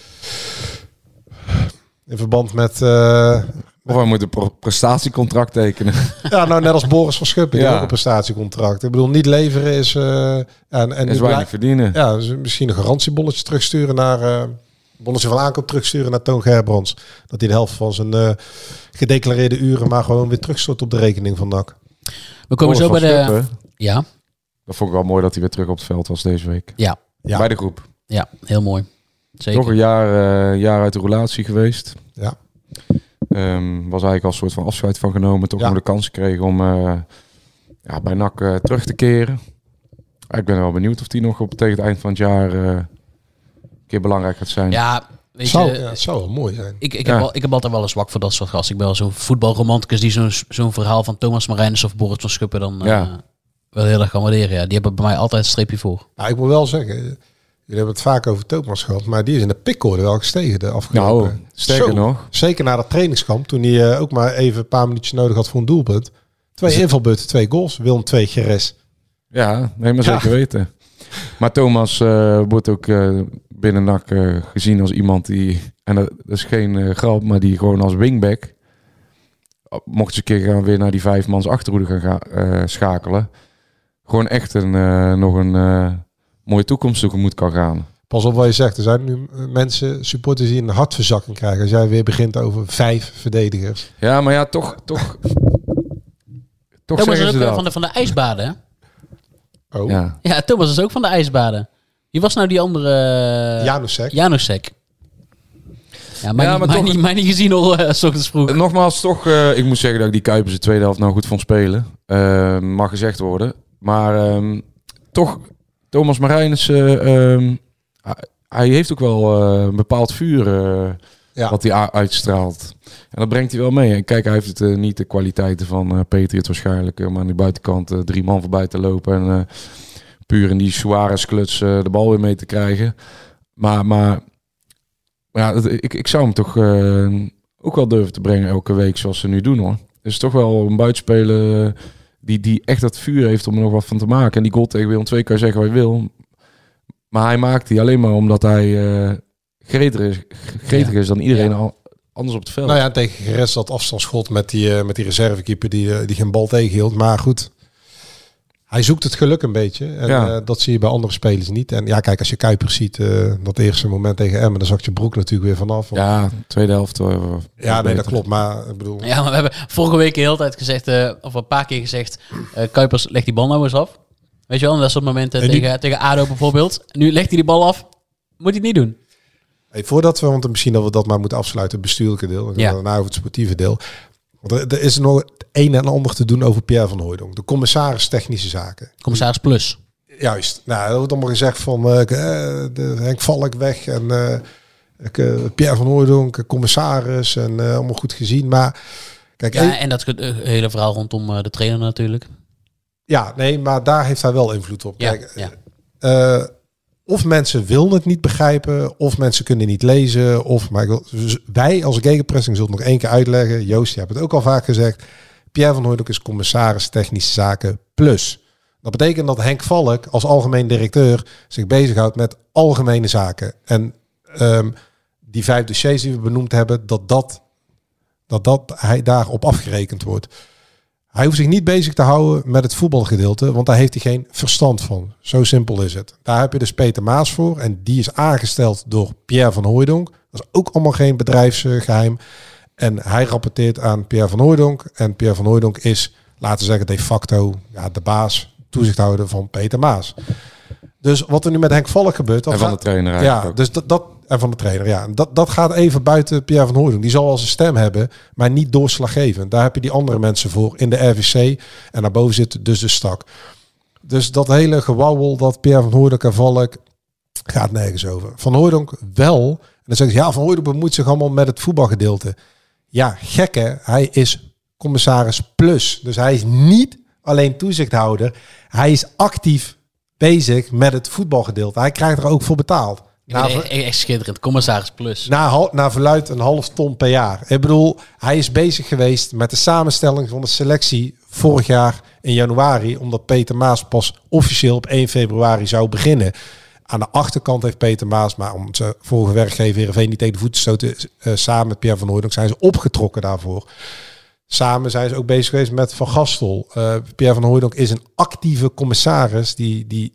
in verband met... Of hij moet een prestatiecontract tekenen. Ja, nou net als Boris van Schuppen, die ook een prestatiecontract. Ik bedoel, niet leveren is... en is weinig verdienen. Ja, dus misschien een garantiebonnetje terugsturen naar... bonnetje van aankoop terugsturen naar Toon Gerbrands. Dat hij de helft van zijn gedeclareerde uren maar gewoon weer terugstort op de rekening van NAC. We komen Boris zo bij de... Schuppen, Ja. dat vond ik wel mooi dat hij weer terug op het veld was deze week. Ja. Bij de groep. Ja, heel mooi. Zeker. Toch een jaar uit de relatie geweest. Ja. Was eigenlijk als soort van afscheid van genomen. Toch nog de kans gekregen om bij NAC terug te keren. Ik ben wel benieuwd of die nog tegen het eind van het jaar een keer belangrijk gaat zijn. Ja, weet je... Het zou wel mooi zijn. Ik heb altijd wel een zwak voor dat soort gasten. Ik ben wel zo'n voetbalromanticus die zo'n verhaal van Thomas Marijnis of Boris van Schuppen dan wel heel erg kan waarderen. Ja. Die hebben bij mij altijd een streepje voor. Nou, ik moet wel zeggen, jullie hebben het vaak over Thomas gehad, maar die is in de pickorde wel gestegen de afgelopen... Nou, sterker nog. Zeker na dat trainingskamp, toen hij ook maar even een paar minuutjes nodig had voor een doelpunt. 2 invalbeurten, 2 goals. Willem 2 Geres. Ja, nee, maar zeker weten. Maar Thomas wordt ook binnen NAC gezien als iemand die... En dat is geen grap, maar die gewoon als wingback... Mocht ze een keer gaan weer naar die 5-mans achterhoede gaan schakelen... Gewoon echt nog een mooie toekomst tegemoet kan gaan. Pas op wat je zegt. Er zijn nu mensen, supporters die een hartverzakking krijgen. Als jij weer begint over 5 verdedigers. Ja, maar ja, toch Thomas zeggen is ze ook dat. van de ijsbaden, hè? Oh. Ja, Thomas is ook van de ijsbaden. Wie was nou die andere... Janusek. Ja, mij niet gezien al, 's ochtends vroeg. Nogmaals, toch, ik moet zeggen dat ik die Kuipers de tweede helft nou goed vond spelen. Mag gezegd worden. Maar toch, Thomas Marijnis, hij heeft ook wel een bepaald vuur wat hij uitstraalt. En dat brengt hij wel mee. En kijk, hij heeft het niet de kwaliteiten van Patriot waarschijnlijk. Maar aan de buitenkant 3 man voorbij te lopen. En puur in die Suarez-kluts de bal weer mee te krijgen. Maar ja, ik zou hem toch ook wel durven te brengen elke week zoals ze nu doen, hoor. Het is toch wel een buitenspeler die echt dat vuur heeft om er nog wat van te maken. En die goal tegen Willem II kan je zeggen wat je wil. Maar hij maakt die alleen maar omdat hij gretiger is dan iedereen anders op het veld. Nou ja, tegen Geres dat afstandsschot met die reservekeeper die geen bal tegenhield. Maar goed, hij zoekt het geluk een beetje. En dat zie je bij andere spelers niet. En ja, kijk, als je Kuipers ziet, dat eerste moment tegen Emmen, dan zakt je broek natuurlijk weer vanaf. Ja, tweede helft. Ja, nee, dat klopt. Maar ik bedoel... Ja, maar we hebben vorige week de hele tijd gezegd, of een paar keer gezegd, Kuipers, leg die bal nou eens af. Weet je wel, en dat soort momenten tegen ADO bijvoorbeeld. Nu legt hij die bal af, moet hij het niet doen. Hey, voordat we, want misschien dat we dat maar moeten afsluiten, het bestuurlijke deel. En daarna over het sportieve deel. Want er is nog het een en ander te doen over Pierre van Hooijdonk. De commissaris technische zaken. Commissaris Plus. Juist. Nou, er wordt allemaal gezegd van de Henk Valk weg en Pierre van Hooijdonk, commissaris en allemaal goed gezien. Maar kijk, en dat hele verhaal rondom de trainer natuurlijk. Ja, nee, maar daar heeft hij wel invloed op. Ja, kijk, of mensen willen het niet begrijpen, of mensen kunnen niet lezen. Wij als gegenpressing zullen het nog 1 keer uitleggen. Joost, je hebt het ook al vaak gezegd. Pierre van Hooijdonk is commissaris technische zaken plus. Dat betekent dat Henk Valk als algemeen directeur zich bezighoudt met algemene zaken. En die 5 dossiers die we benoemd hebben, dat hij daarop afgerekend wordt. Hij hoeft zich niet bezig te houden met het voetbalgedeelte, want daar heeft hij geen verstand van. Zo simpel is het. Daar heb je dus Peter Maas voor en die is aangesteld door Pierre van Hooijdonk. Dat is ook allemaal geen bedrijfsgeheim. En hij rapporteert aan Pierre van Hooijdonk. En Pierre van Hooijdonk is, laten we zeggen, de facto de baas, toezichthouder van Peter Maas. Dus wat er nu met Henk Valk gebeurt... En van de trainer eigenlijk ook. Dus en van de trainer, ja. Dat gaat even buiten Pierre van Hooijdonk. Die zal wel zijn stem hebben, maar niet doorslaggevend. Daar heb je die andere mensen voor in de RVC. En daarboven zit dus de stak. Dus dat hele gewauwel dat Pierre van Hooijdonk en Valk Gaat nergens over. Van Hooijdonk wel. En dan zeggen ze, ja, Van Hooijdonk bemoeit zich allemaal met het voetbalgedeelte. Ja, gekke. Hij is commissaris plus. Dus hij is niet alleen toezichthouder. Hij is actief bezig met het voetbalgedeelte. Hij krijgt er ook voor betaald. Echt schitterend. Commissaris plus. Na verluidt 1,5 ton per jaar. Ik bedoel, hij is bezig geweest met de samenstelling van de selectie vorig jaar in januari. Omdat Peter Maas pas officieel op 1 februari zou beginnen. Aan de achterkant heeft Peter Maas, maar om zijn vorige werkgever Heerenveen niet tegen de voeten te stoten, samen met Pierre van Hooijdonk zijn ze opgetrokken daarvoor. Samen zijn ze ook bezig geweest met Van Gastel. Pierre van Hooijdonk is een actieve commissaris die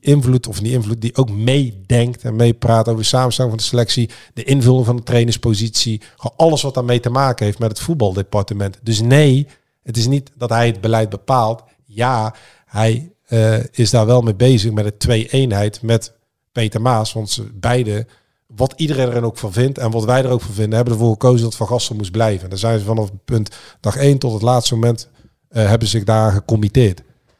die ook meedenkt en meepraat over de samenstelling van de selectie, de invulling van de trainerspositie, gewoon alles wat daarmee te maken heeft met het voetbaldepartement. Dus nee, het is niet dat hij het beleid bepaalt. Ja, hij is daar wel mee bezig met de twee-eenheid met Peter Maas, want ze beide, wat iedereen er ook van vindt en wat wij er ook van vinden, hebben ervoor gekozen dat Van Gastel moest blijven. En daar zijn ze vanaf punt dag 1 tot het laatste moment hebben zich daar gecommitteerd.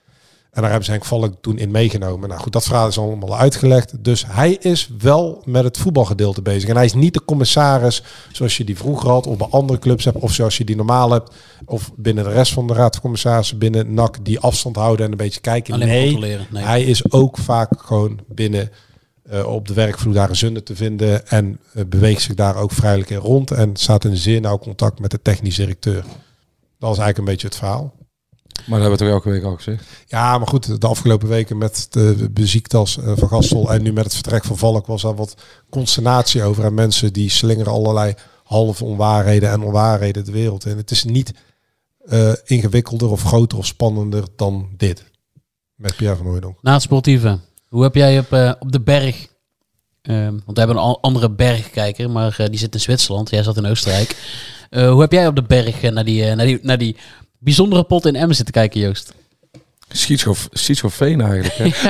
En daar hebben ze Henk Valk toen in meegenomen. Nou goed, dat verhaal is allemaal uitgelegd. Dus hij is wel met het voetbalgedeelte bezig. En hij is niet de commissaris zoals je die vroeger had of bij andere clubs hebt, of zoals je die normaal hebt, of binnen de rest van de raad van commissarissen binnen NAC die afstand houden en een beetje kijken. Nee, hij is ook vaak gewoon binnen op de werkvloer daar een zonde te vinden en beweegt zich daar ook vrijelijk in rond en staat in zeer nauw contact met de technisch directeur. Dat is eigenlijk een beetje het verhaal. Maar dat hebben we toch elke week al gezegd? Ja, maar goed, de afgelopen weken met de beziektas van Gastel en nu met het vertrek van Valk was daar wat consternatie over en mensen die slingeren allerlei halve onwaarheden en onwaarheden de wereld in. Het is niet ingewikkelder of groter of spannender dan dit met Pierre van Hooijdonk. Na het sportieve. Hoe heb jij op de berg, want we hebben een andere bergkijker, maar die zit in Zwitserland. Jij zat in Oostenrijk. Hoe heb jij op de berg naar die bijzondere pot in Emmen zitten kijken, Joost? Schizofreen eigenlijk. Hè?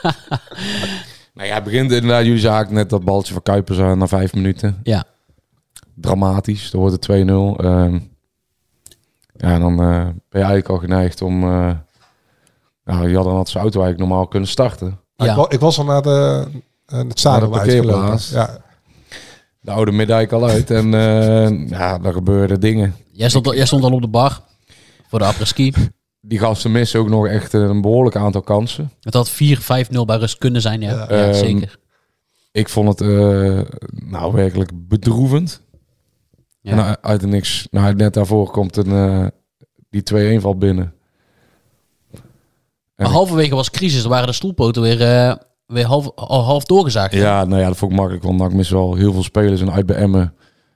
Nou ja, het begint inderdaad, jullie zagen net dat baltje van Kuipers na 5 minuten. Ja. Dramatisch, dan wordt het 2-0. Ja, dan ben je eigenlijk al geneigd om... je had dan had zijn auto eigenlijk normaal kunnen starten. Ja. Ik was al naar het stadion uitgelopen. Ja. De oude Middijk al uit en daar gebeurden dingen. Jij stond al op de bar voor de après-ski. Die gasten missen ook nog echt een behoorlijk aantal kansen. Het had 4-5-0 bij rust kunnen zijn, ja. Ja, zeker. Ik vond het werkelijk bedroevend. Ja. En uit het niks, net daarvoor komt die 2-1 valt binnen. Maar halverwege was crisis, er waren de stoelpoten weer half doorgezaagd. Ja, dat vond ik makkelijk, want NAC mist wel heel veel spelers en uit bij Emmen.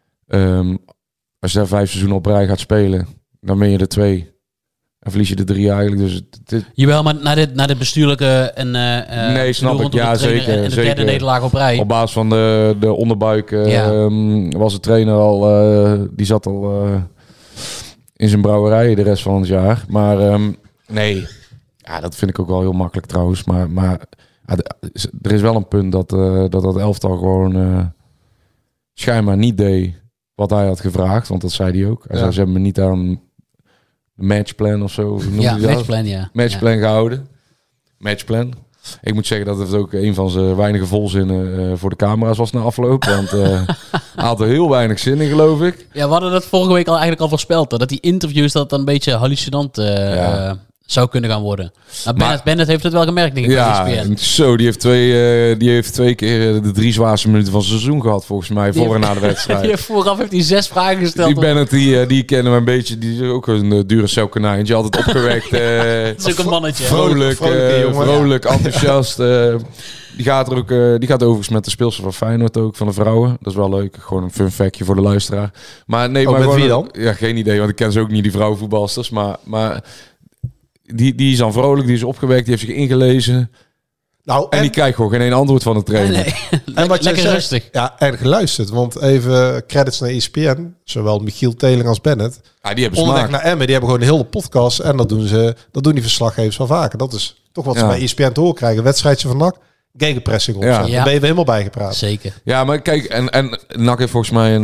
Als je daar 5 seizoenen op rij gaat spelen, dan ben je er 2. En verlies je de 3 eigenlijk. Dus Jawel, maar naar dit bestuurlijke en nee, snap ik. Ja, zeker. En de derde nederlaag op rij. Op basis van de onderbuik was de trainer al... die zat al in zijn brouwerij de rest van het jaar. Maar nee... Ja, dat vind ik ook wel heel makkelijk trouwens. Maar er is wel een punt dat elftal gewoon schijnbaar niet deed wat hij had gevraagd. Want dat zei hij ook. Hij zei, ze hebben me niet aan de matchplan of zo. Matchplan, ja. Matchplan gehouden. Matchplan. Ik moet zeggen dat het ook een van zijn weinige volzinnen voor de camera's was na afloop. Want hij had er heel weinig zin in, geloof ik. Ja, we hadden dat vorige week eigenlijk al voorspeld. Dat die interviews dat dan een beetje hallucinant... zou kunnen gaan worden. Nou, Bennett heeft het wel gemerkt, denk ik. Ja, zo, die heeft 2 keer de 3 zwaarste minuten van het seizoen gehad, volgens mij, voor en na de wedstrijd. Vooraf heeft hij 6 vragen gesteld. Die Bennett, die kennen we een beetje, die is ook een Duracell konijntje, altijd opgewekt. Dat is ook een mannetje. Vrolijk, enthousiast. Die gaat overigens met de speelster van Feyenoord ook, van de vrouwen. Dat is wel leuk. Gewoon een fun factje voor de luisteraar. Maar nee, maar met wie dan? Ja, geen idee, want ik ken ze ook niet, die vrouwenvoetbalsters. Maar die is dan vrolijk, die is opgewekt, die heeft zich ingelezen. Nou, en die krijgt gewoon geen één antwoord van de trainer. Nee. En wat lekker zegt, rustig. Ja, en geluisterd. Want even credits naar ESPN. Zowel Michiel Teling als Bennett. Ja, die hebben onderweg naar Emmen. Die hebben gewoon een hele podcast. En dat doen die verslaggevers wel vaker. Dat is toch wat ze bij ESPN te horen krijgen. Wedstrijdje van NAC. Gegenpressing op. Daar ben je weer helemaal bijgepraat. Zeker. Ja, maar kijk, en NAC heeft volgens mij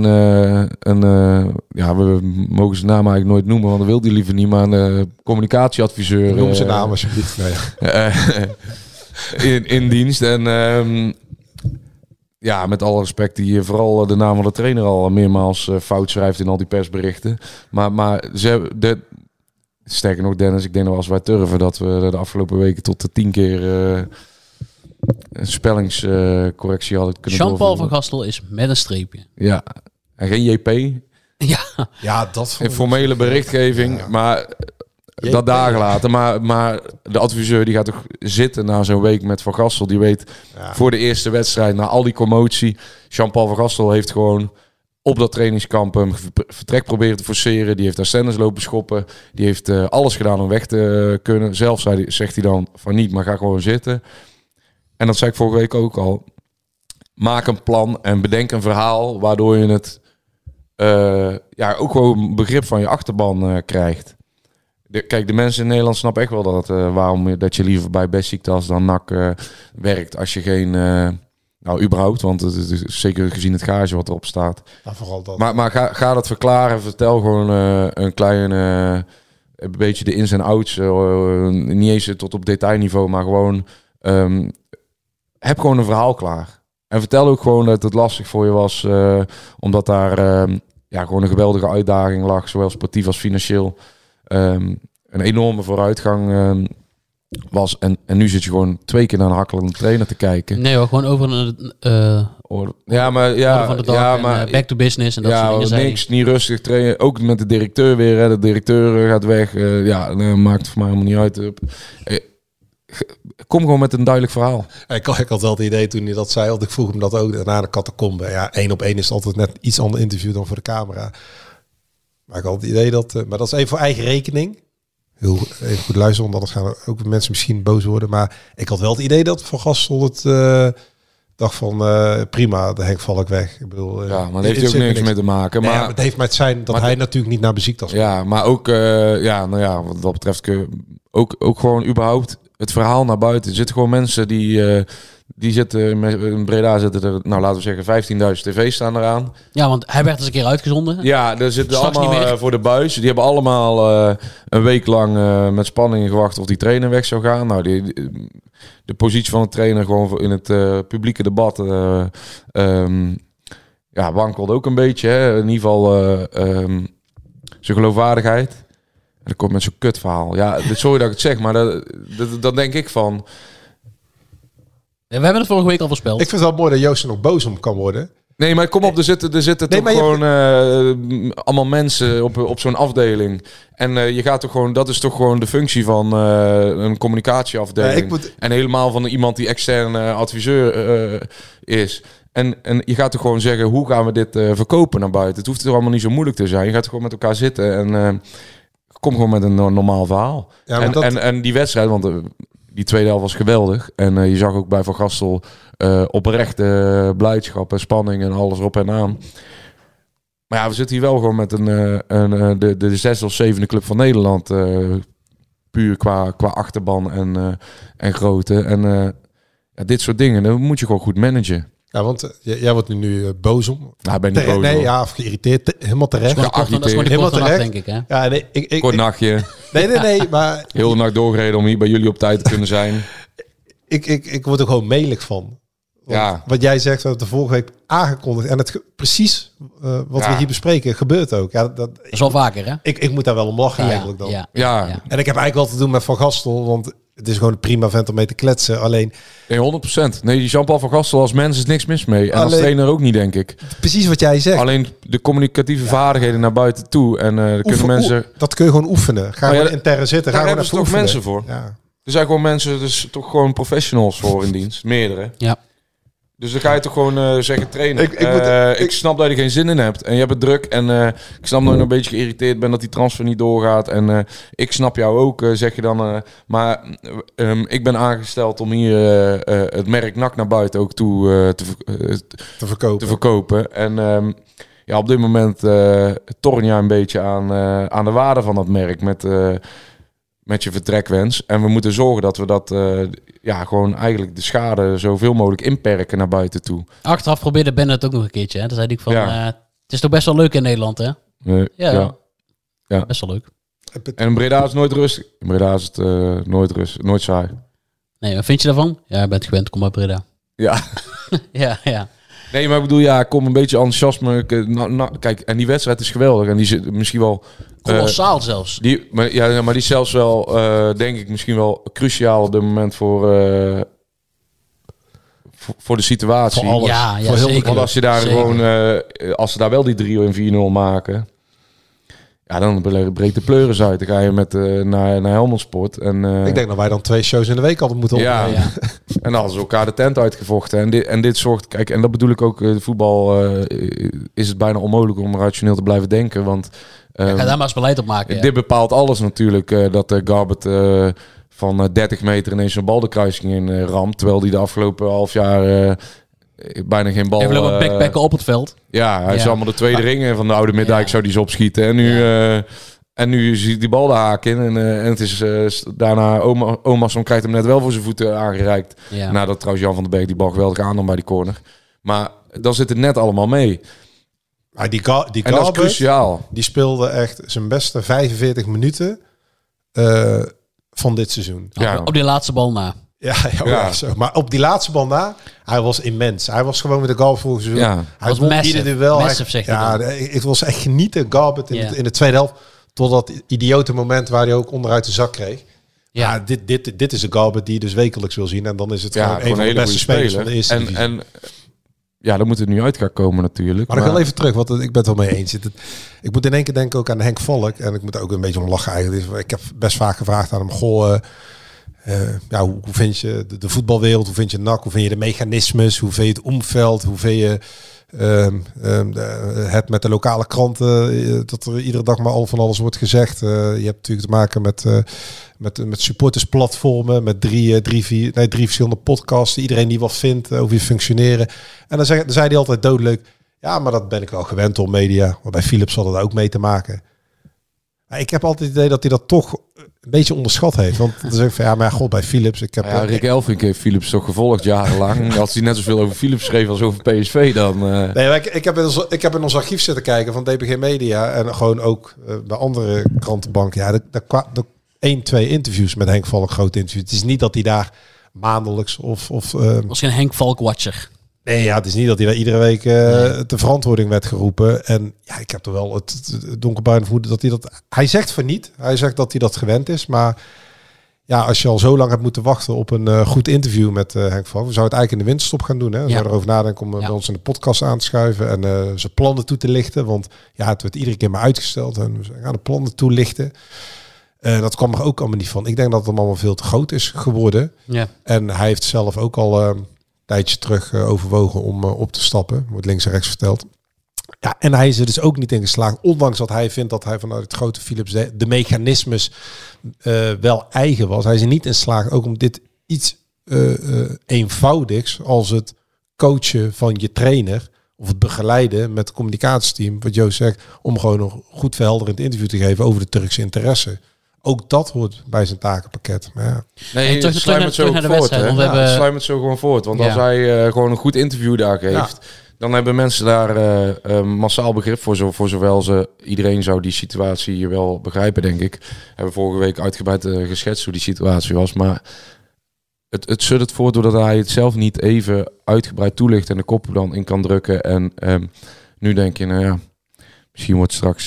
we mogen zijn naam eigenlijk nooit noemen, want dat wil hij liever niet, maar een communicatieadviseur. Noem zijn naam alsjeblieft. In dienst. En ja, met alle respect, die vooral de naam van de trainer al meermaals fout schrijft in al die persberichten. Maar sterker nog, Dennis, ik denk nog als wij turven dat we de afgelopen weken tot de 10 keer een spellingscorrectie hadden kunnen Jean-Paul doorvoeren. van Gastel is met een streepje. Ja, en geen JP. Ja, dat In formele berichtgeving, maar dat daar gelaten. Maar de adviseur die gaat toch zitten na zo'n week met Van Gastel. Die weet voor de eerste wedstrijd, na al die commotie, Jean-Paul van Gastel heeft gewoon op dat trainingskamp een vertrek proberen te forceren. Die heeft daar stennis lopen schoppen. Die heeft alles gedaan om weg te kunnen. Zelf zegt hij dan van niet, maar ga gewoon zitten. En dat zei ik vorige week ook al. Maak een plan en bedenk een verhaal waardoor je het ook gewoon begrip van je achterban krijgt. Kijk, de mensen in Nederland snappen echt wel waarom dat je liever bij Beşiktaş dan NAC werkt als je geen... überhaupt, want het is zeker gezien het gage wat erop staat. Ja, vooral dat. Maar ga dat verklaren. Vertel gewoon een klein... een beetje de ins en outs. Niet eens tot op detailniveau, maar gewoon... heb gewoon een verhaal klaar. En vertel ook gewoon dat het lastig voor je was. Omdat daar gewoon een geweldige uitdaging lag. Zowel sportief als financieel. Een enorme vooruitgang was. En nu zit je gewoon 2 keer naar een hakkelende trainer te kijken. Nee hoor, gewoon over een... van de dag en back to business en dat soort dingen. Niks, niet rustig trainen. Ook met de directeur weer. Hè. De directeur gaat weg. Maakt het voor mij helemaal niet uit. Kom gewoon met een duidelijk verhaal. Ik had wel het idee toen hij dat zei, want ik vroeg hem dat ook na de catacombe. Ja, 1 op 1 is altijd net iets ander interview dan voor de camera. Maar ik had het idee dat... maar dat is even voor eigen rekening. Even goed luisteren, want anders gaan er ook mensen misschien boos worden. Maar ik had wel het idee dat Van Gastel het dacht van prima, de Henk Valk weg. Ik bedoel, maar daar heeft hij ook niks mee te maken. Maar het heeft met zijn dat hij natuurlijk niet naar Beşiktaş. Ja, maar ook, wat dat betreft ook gewoon überhaupt het verhaal naar buiten. Er zitten gewoon mensen die zitten in Breda zitten er, laten we zeggen 15.000 tv's staan eraan. Ja, want hij werd eens een keer uitgezonden. Ja, daar zitten allemaal voor de buis. Die hebben allemaal een week lang met spanning gewacht of die trainer weg zou gaan. Nou, de positie van de trainer gewoon in het publieke debat wankelde ook een beetje. Hè. In ieder geval zijn geloofwaardigheid. En dan komt met zo'n kutverhaal. Ja, sorry dat ik het zeg, maar dat denk ik van... We hebben het vorige week al voorspeld. Ik vind het wel mooi dat Joost er nog boos om kan worden. Nee, maar kom op, er zitten toch gewoon allemaal mensen op zo'n afdeling. En je gaat toch gewoon, dat is toch gewoon de functie van een communicatieafdeling. En helemaal van iemand die extern adviseur is. En je gaat toch gewoon zeggen, hoe gaan we dit verkopen naar buiten? Het hoeft toch allemaal niet zo moeilijk te zijn. Je gaat gewoon met elkaar zitten en kom gewoon met een normaal verhaal. Ja, en die wedstrijd, want... Die tweede helft was geweldig. En je zag ook bij Van Gastel oprechte blijdschap en spanning en alles erop en aan. Maar ja, we zitten hier wel gewoon met de 6e of 7e club van Nederland. Puur qua achterban en grootte. En dit soort dingen, dat moet je gewoon goed managen. Ja, want jij wordt nu boos om. Nou, ben niet boos. Nee, ja, of geïrriteerd. Helemaal terecht. Dat is gewoon helemaal terecht, denk ik. Hè? Ja, nee, kort nachtje. Nee, maar... Heel de nacht doorgereden om hier bij jullie op tijd te kunnen zijn. Ik word er gewoon melig van. Want wat jij zegt, we hebben de vorige week aangekondigd. En het precies wat we hier bespreken, gebeurt ook. Ja, dat is wel vaker, hè? Ik moet daar wel om lachen eigenlijk dan. Ja. En ik heb eigenlijk wel te doen met Van Gastel, want... Het is gewoon een prima vent om mee te kletsen. Alleen... Nee, 100%. Nee, Jean-Paul van Gastel als mens is niks mis mee. En als trainer ook niet, denk ik. Precies wat jij zegt. Alleen de communicatieve vaardigheden naar buiten toe. En kunnen mensen... Dat kun je gewoon oefenen. Ga gewoon intern zitten. Daar hebben ze toch mensen voor. Ja. Er zijn gewoon mensen, dus toch gewoon professionals voor in dienst. Meerdere. Ja. Dus dan ga je toch gewoon zeggen, trainer, ik snap dat je er geen zin in hebt. En je hebt het druk. En ik snap dat je een beetje geïrriteerd bent dat die transfer niet doorgaat. En ik snap jou ook, zeg je dan. Maar ik ben aangesteld om hier het merk NAC naar buiten ook toe te verkopen. En op dit moment torn je een beetje aan de waarde van dat merk met je vertrekwens. En we moeten zorgen dat we dat gewoon eigenlijk de schade zoveel mogelijk inperken naar buiten toe. Achteraf probeerde Ben het ook nog een keertje. Hè? Dan zei ik van, het is toch best wel leuk in Nederland, hè? Ja. Best wel leuk. En in Breda is het nooit rustig. In Breda is het nooit rustig, nooit saai. Nee, wat vind je daarvan? Ja, je bent gewend, kom uit Breda. Ja. ja. Nee, maar ik bedoel, kom een beetje enthousiasme. Kijk, en die wedstrijd is geweldig. En die zit misschien wel... Kolossaal zelfs. Maar die is zelfs wel, denk ik, misschien wel cruciaal op dit moment voor de situatie. Voor alles. Ja, zeker. Want als je daar gewoon... als ze daar wel die 3-4-0 maken... Ja, dan breekt de pleuris uit. Dan ga je met naar Helmond Sport. En, ik denk dat wij dan 2 shows in de week hadden moeten opnemen. Ja. En dan hadden ze elkaar de tent uitgevochten. En dit zorgt... Kijk, en dat bedoel ik ook. De voetbal is het bijna onmogelijk om rationeel te blijven denken. Want... ga daar maar eens beleid op maken. Ja. Dit bepaalt alles natuurlijk. Dat Garbert van 30 meter ineens een bal de kruising in ramt. Terwijl hij de afgelopen half jaar... bijna geen bal. Hij wil ook backpacken op het veld. Ja, hij is allemaal de tweede ringen van de oude Middijk zou die ze opschieten. En nu ziet die bal de haak in. En het is daarna Omarsson krijgt hem net wel voor zijn voeten aangereikt. Ja. Nadat trouwens Jan van den Berg die bal geweldig aannam bij die corner. Maar dan zit het net allemaal mee. Maar die en dat is cruciaal. Die speelde echt zijn beste 45 minuten van dit seizoen. Ja. Op die laatste bal na. Ja, zo. Maar op die laatste bal na, hij was immens. Hij was gewoon met de goal vorig seizoen. Ja. Hij was massive. Massive, zegt hij. Het was echt genieten, Garbert in de tweede helft. Tot dat idiote moment waar hij ook onderuit de zak kreeg. Ja, dit is de Garbert die je dus wekelijks wil zien. En dan is het gewoon een van de beste spelers van de eerste divisie. En ja, dan moet het nu uit gaan komen natuurlijk. Maar ik wil even terug, want ik ben het wel mee eens. Ik moet in één keer denken ook aan Henk Valk. En ik moet ook een beetje om lachen eigenlijk. Ik heb best vaak gevraagd aan hem, hoe vind je de voetbalwereld? Hoe vind je NAC? Hoe vind je de mechanismes? Hoe vind je het omveld? Hoe vind je het met de lokale kranten? Dat er iedere dag maar al van alles wordt gezegd. Je hebt natuurlijk te maken met supportersplatformen, met drie verschillende podcasts. Iedereen die wat vindt over je functioneren. En dan zei hij altijd doodleuk. Ja, maar dat ben ik wel gewend op media. Maar bij Philips had het ook mee te maken. Maar ik heb altijd het idee dat hij dat toch een beetje onderschat heeft. Want dan zeg ik van maar god, bij Philips. Rick Elfrink heeft Philips toch gevolgd jarenlang. Als hij net zoveel over Philips schreef als over PSV dan. Nee, maar ik heb in ons archief zitten kijken van DPG Media en gewoon ook bij andere krantenbanken. Ja, daar 1-2 interviews met Henk Valk, grote interviews. Het is niet dat hij daar maandelijks of was geen Henk Valk watcher. Nee, ja, het is niet dat hij daar iedere week de verantwoording werd geroepen. En ja, ik heb er wel het donkerbruine vermoeden dat hij dat... Hij zegt van niet. Hij zegt dat hij dat gewend is. Maar ja, als je al zo lang hebt moeten wachten op een goed interview met Henk Valk, we zouden het eigenlijk in de winterstop gaan doen. Hè? We zouden erover nadenken om bij ons in de podcast aan te schuiven en zijn plannen toe te lichten. Want ja, het werd iedere keer maar uitgesteld en we gaan de plannen toelichten. Dat kwam er ook allemaal niet van. Ik denk dat het allemaal veel te groot is geworden. Ja. En hij heeft zelf ook al... tijdje terug overwogen om op te stappen. Wordt links en rechts verteld. Ja, en hij is er dus ook niet in geslaagd. Ondanks dat hij vindt dat hij vanuit het grote Philips de mechanismes wel eigen was. Hij is er niet in geslaagd ook om dit iets eenvoudigs als het coachen van je trainer of het begeleiden met het communicatieteam, wat Joost zegt, om gewoon een goed verhelderend interview te geven over de Turkse interesse. Ook dat hoort bij zijn takenpakket. Maar ja. Nee, sluit het zo voort. Sluit het zo gewoon voort. Want als hij gewoon een goed interview daar geeft, dan hebben mensen daar massaal begrip voor zowel iedereen zou die situatie wel begrijpen, denk ik. Hebben vorige week uitgebreid geschetst hoe die situatie was. Maar het zult het voort doordat hij het zelf niet even uitgebreid toelicht en de kop dan in kan drukken. En nu denk je, misschien wordt straks...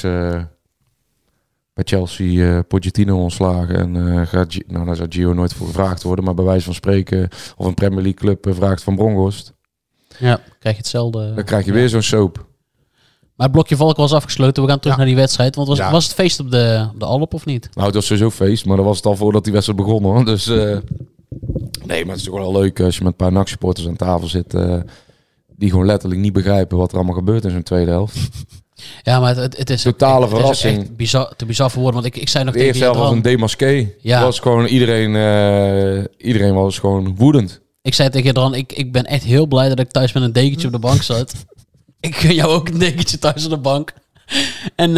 bij Chelsea Pochettino ontslagen en daar zou Gio nooit voor gevraagd worden, maar bij wijze van spreken of een Premier League club vraagt van Bronkhorst. Ja, krijg je hetzelfde. Dan krijg je weer zo'n soap. Maar het blokje Valk was afgesloten. We gaan terug naar die wedstrijd. Want was het feest op de Alp of niet? Nou, het was sowieso feest, maar dat was het al voordat die wedstrijd begon hoor. Dus nee, maar het is toch wel leuk als je met een paar NAC-supporters aan tafel zit die gewoon letterlijk niet begrijpen wat er allemaal gebeurt in zo'n tweede helft. Ja, maar het is totale verrassing. Het is echt te bizar voor woorden. Want ik zei nog de eerste helft was een démasqué. Ja. Was gewoon iedereen was gewoon woedend. Ik zei tegen Dran, ik ben echt heel blij dat ik thuis met een dekentje op de bank zat. Ik gun jou ook een dekentje thuis op de bank. En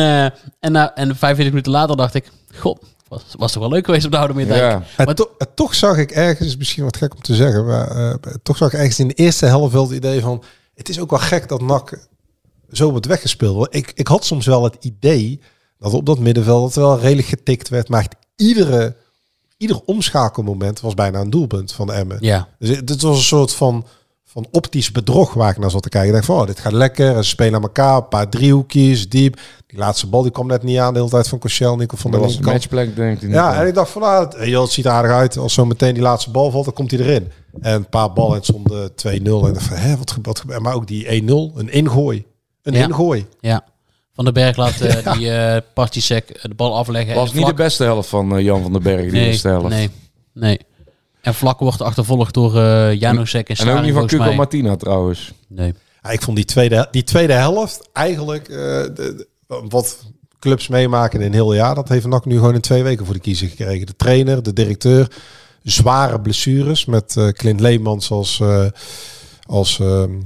45 minuten later dacht ik, god, was toch wel leuk geweest op de Oude Middijk. Ja. Maar toch zag ik ergens, misschien wat gek om te zeggen, maar toch zag ik ergens in de eerste helft wel het idee van, het is ook wel gek dat NAC zo wordt weggespeeld. Ik had soms wel het idee dat op dat middenveld het wel redelijk getikt werd, maar ieder omschakelmoment was bijna een doelpunt van Emmen. Ja. Dus het was een soort van van optisch bedrog waar ik naar zat te kijken. Ik dacht van, dit gaat lekker. En ze spelen aan elkaar, een paar driehoekjes, diep. Die laatste bal die kwam net niet aan de hele tijd van Koscielnik of van de Dat was een linkerkant. matchplek, denk ik. Ja, en ik dacht van, het ziet er aardig uit. Als zo meteen die laatste bal valt, dan komt hij erin. En een paar ballen, het stond 2-0. En ik dacht van, wat gebeurt? Maar ook die 1-0, een ingooi. Ingooi. Ja. Van den Berg laat die Partisek de bal afleggen. Was niet de beste helft van Jan van den Berg, die eerste helft. Nee. En Vlak wordt achtervolgd door Janusek en En ook niet van Cuco Martina trouwens. Nee. Ja, ik vond die tweede helft eigenlijk wat clubs meemaken in een heel jaar. Dat heeft NAC nu gewoon in 2 weken voor de kiezer gekregen. De trainer, de directeur, zware blessures met Clint Leemans als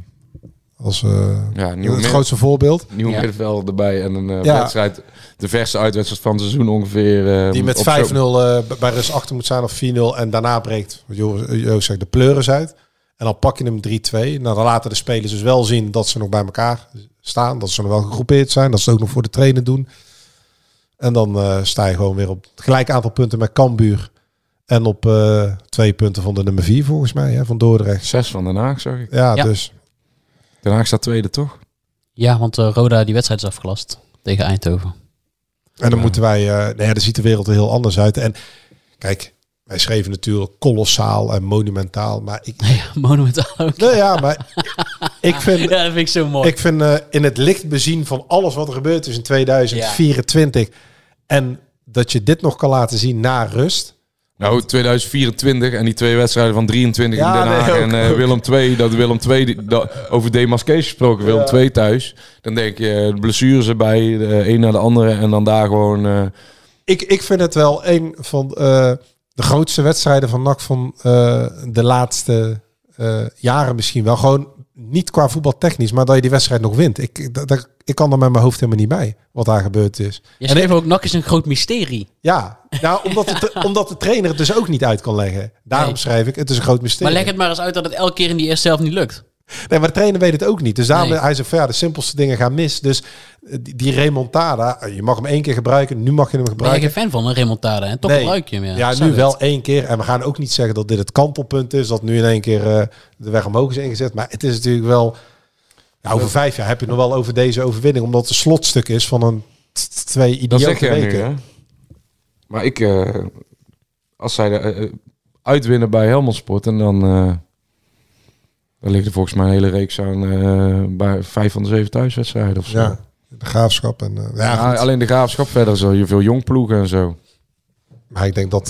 het grootste voorbeeld. Nieuw middenveld erbij en een wedstrijd, de verste uitwedstrijd van het seizoen ongeveer. Die met 5-0 bij rust achter moet zijn of 4-0 en daarna breekt, wat Joost zegt, de pleuris uit. En dan pak je hem 3-2. Nou, dan laten de spelers dus wel zien dat ze nog bij elkaar staan. Dat ze nog wel gegroepeerd zijn. Dat ze het ook nog voor de trainer doen. En dan sta je gewoon weer op het gelijk aantal punten met Cambuur. En op 2 punten van de nummer 4 volgens mij, hè, van Dordrecht. 6 van Den Haag, zag ik. Ja, dus. Den Haag staat tweede, toch? Ja, want Roda die wedstrijd is afgelast tegen Eindhoven. En dan moeten wij... dan ziet de wereld er heel anders uit. En kijk, wij schreven natuurlijk kolossaal en monumentaal. Maar monumentaal ook. Nee, ja, maar ik vind... Ja, dat vind ik zo mooi. Ik vind in het licht bezien van alles wat er gebeurd is in 2024... Ja. En dat je dit nog kan laten zien na rust... Nou, 2024 en die 2 wedstrijden van 23 in Den Haag en Willem II, dat Willem II, over demarcation gesproken, Willem II thuis. Dan denk je, de blessures erbij, de een naar de andere en dan daar gewoon... Ik vind het wel een van de grootste wedstrijden van NAC van de laatste jaren misschien wel. Gewoon niet qua voetbaltechnisch, maar dat je die wedstrijd nog wint. Ik kan er met mijn hoofd helemaal niet bij wat daar gebeurd is. Je schreef ook, NAC is een groot mysterie. Ja, nou, omdat de trainer het dus ook niet uit kan leggen. Daarom schrijf ik, het is een groot mysterie. Maar leg het maar eens uit dat het elke keer in die eerste helft niet lukt. Nee, maar de trainer weet het ook niet. Dus daarom hij zegt van, de simpelste dingen gaan mis. Dus die remontada, je mag hem 1 keer gebruiken. Nu mag je hem gebruiken. Ben je geen fan van een remontada en toch gebruik je hem. Ja, nu wel 1 keer. En we gaan ook niet zeggen dat dit het kantelpunt is. Dat nu in 1 keer de weg omhoog is ingezet. Maar het is natuurlijk wel... Ja, over 5 jaar heb je nog wel over deze overwinning. Omdat het een slotstuk is van een 2 idiote weken. Nu, hè? Maar als zij uitwinnen bij Helmond Sport en dan... Dan ligt er volgens mij een hele reeks aan bij 5 van de 7 thuiswedstrijden of zo. Ja, de Graafschap. En, alleen de Graafschap, verder zo je veel jong ploegen en zo. Maar ik denk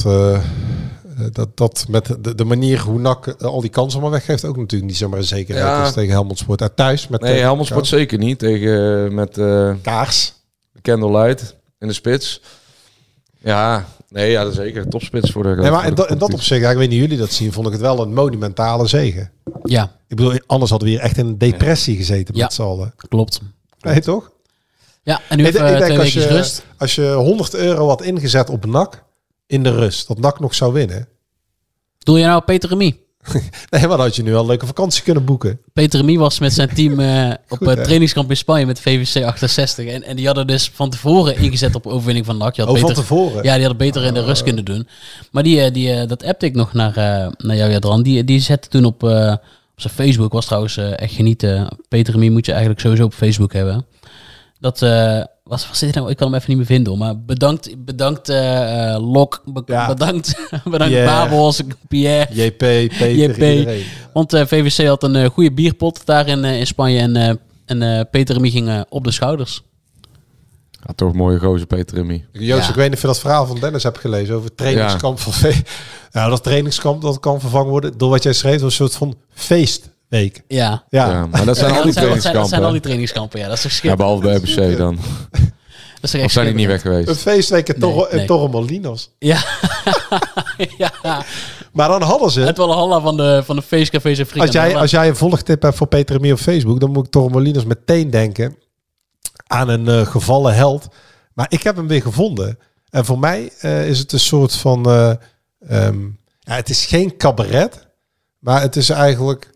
dat met de manier hoe NAC al die kansen maar weggeeft ook natuurlijk niet zomaar een zekerheid is tegen Helmond Sport. Thuis met Helmond Sport zeker niet. Tegen met Kaars. Candlelight in de spits. Ja, dat is zeker topspits voor de... Nee, maar in dat opzicht, ik weet niet jullie dat zien, vond ik het wel een monumentale zege. Ja. Ik bedoel, anders hadden we hier echt in een depressie gezeten met z'n allen. Klopt. Nee, toch? Ja, en nu even 2 weken rust. Als je €100 had ingezet op NAC in de rust, dat NAC nog zou winnen. Doe je nou Peter Remy? Nee, maar dan had je nu wel een leuke vakantie kunnen boeken. Peter Remy was met zijn team op trainingskamp in Spanje met VVC 68. En die hadden dus van tevoren ingezet op overwinning van NAC. Van tevoren? Ja, die hadden beter in de rust kunnen doen. Maar dat appte ik nog naar jou, Jadran. Die zette toen op zijn Facebook, was trouwens echt genieten. Peter Remy moet je eigenlijk sowieso op Facebook hebben. Dat... Was dit nou? Ik kan hem even niet meer vinden, hoor. Maar bedankt Lok, bedankt Babels, Pierre, JP, Peter, iedereen. Want VVC had een goede bierpot daar in Spanje en Peter Remy ging op de schouders. Ja, toch een mooie gozer Peter Remy. Joost, ik weet niet of je dat verhaal van Dennis hebt gelezen over het trainingskamp van V. Nou, dat trainingskamp dat kan vervangen worden door wat jij schreef, een soort van feestweek. Ja, maar dat zijn al die trainingskampen. Dat zijn al die trainingskampen, ja. Dat is toch schitterend. Ja, behalve bij RBC dan. Of zijn die niet weg geweest? Een feestweek in Torremolinos. Ja. Ja. Maar dan hadden ze... Het Walhalla van de feestcafés en frieken. Als jij een volgtip hebt voor Peter Remy op Facebook, dan moet ik Torremolinos meteen denken aan een gevallen held. Maar ik heb hem weer gevonden. En voor mij is het een soort van... het is geen cabaret, maar het is eigenlijk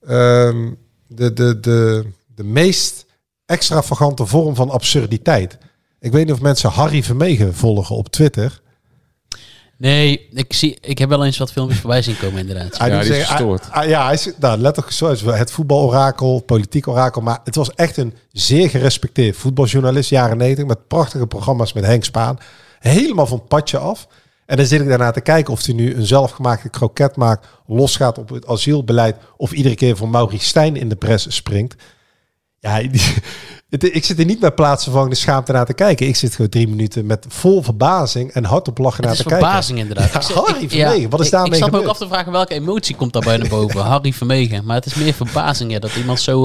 de meest extravagante vorm van absurditeit. Ik weet niet of mensen Harry Vermegen volgen op Twitter. Nee, ik heb wel eens wat filmpjes voorbij zien komen inderdaad. Hij doet die is zeggen, gestoord. hij is letterlijk zo. Hij is het voetbalorakel, politiek orakel. Maar het was echt een zeer gerespecteerd voetbaljournalist, jaren 90. Met prachtige programma's met Henk Spaan. Helemaal van het padje af. En dan zit ik daarna te kijken of hij nu een zelfgemaakte kroket maakt, losgaat op het asielbeleid, of iedere keer voor Maurice Stijn in de pres springt. Ja, ik zit er niet met plaatsvervangende schaamte naar te kijken. Ik zit gewoon 3 minuten met vol verbazing en hardop lachen naar te kijken. Verbazing inderdaad. Ja, Harry Vermegen, wat is daarmee Ik zat me ook gebeurd? af te vragen welke emotie komt daarbij naar boven. Harry Vermegen. Maar het is meer verbazing dat iemand zo...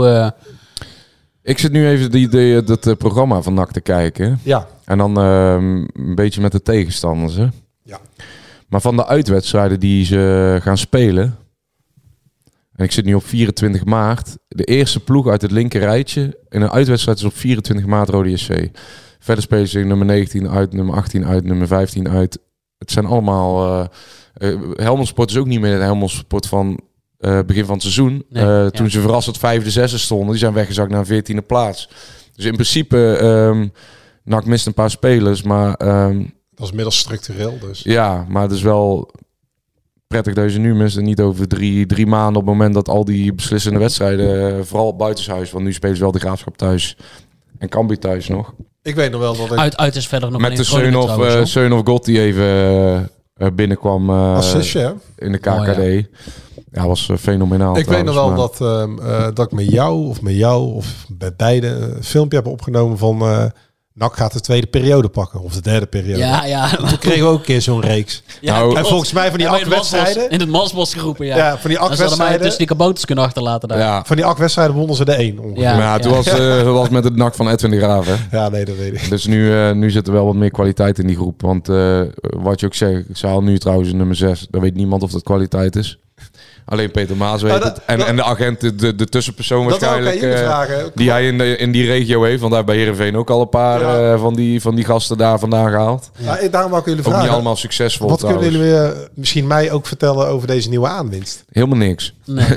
Ik zit nu even dat programma van NAC te kijken. Ja. En dan een beetje met de tegenstanders. Hè? Ja. Maar van de uitwedstrijden die ze gaan spelen... En ik zit nu op 24 maart. De eerste ploeg uit het linker rijtje in een uitwedstrijd is op 24 maart Rode SC. Verder spelen ze nummer 19 uit, nummer 18 uit, nummer 15 uit. Het zijn allemaal... Helmond Sport is ook niet meer het Helmond Sport van begin van het seizoen. Nee, Toen ze verrassend 5e, 6e stonden. Die zijn weggezakt naar een 14e plaats. Dus in principe... NAC mist een paar spelers, maar... Dat is middels structureel dus. Ja, maar het is wel... prettig dat je ze nu mist en niet over drie maanden op het moment dat al die beslissende wedstrijden, vooral buitenshuis, want nu spelen ze wel de Graafschap thuis en Cambuur thuis nog. Ik weet nog wel dat ik... Uit is verder nog Met de Groningen Seun of God die even binnenkwam Assistje, hè? in de KKD. Oh, ja, was fenomenaal. Ik weet nog trouwens, wel maar- dat ik met jou of bij beide een filmpje heb opgenomen van... NAC gaat de tweede periode pakken, of de derde periode. Ja. Toen kregen we ook een keer zo'n reeks. Nou, En klopt. volgens mij van die Ja, maar 8 wedstrijden... in het Mansbos geroepen, ja. Ja, van die 8 Dan zouden mij wedstrijden... tussen die kabouters kunnen achterlaten daar. ja, Van die 8 wedstrijden wonnen ze de 1 ongeveer. Ja. maar ja, toen was met het NAC van Edwin de Graaf. Hè? Ja, nee, dat weet ik. Dus nu zit er wel wat meer kwaliteit in die groep. Want wat je ook zegt, ze halen nu trouwens een nummer 6. Dan weet niemand of dat kwaliteit is. Alleen Peter Maas weet het. En de agent, de tussenpersoon Dat wou ik aan waarschijnlijk, jullie vragen. die hij in die regio heeft. Want hij heeft bij Heerenveen ook al een paar van die gasten daar vandaan gehaald. Ja, daarom wou ik jullie Ook vragen. niet allemaal succesvol Wat trouwens. kunnen jullie misschien mij ook vertellen over deze nieuwe aanwinst? Helemaal niks. Nee.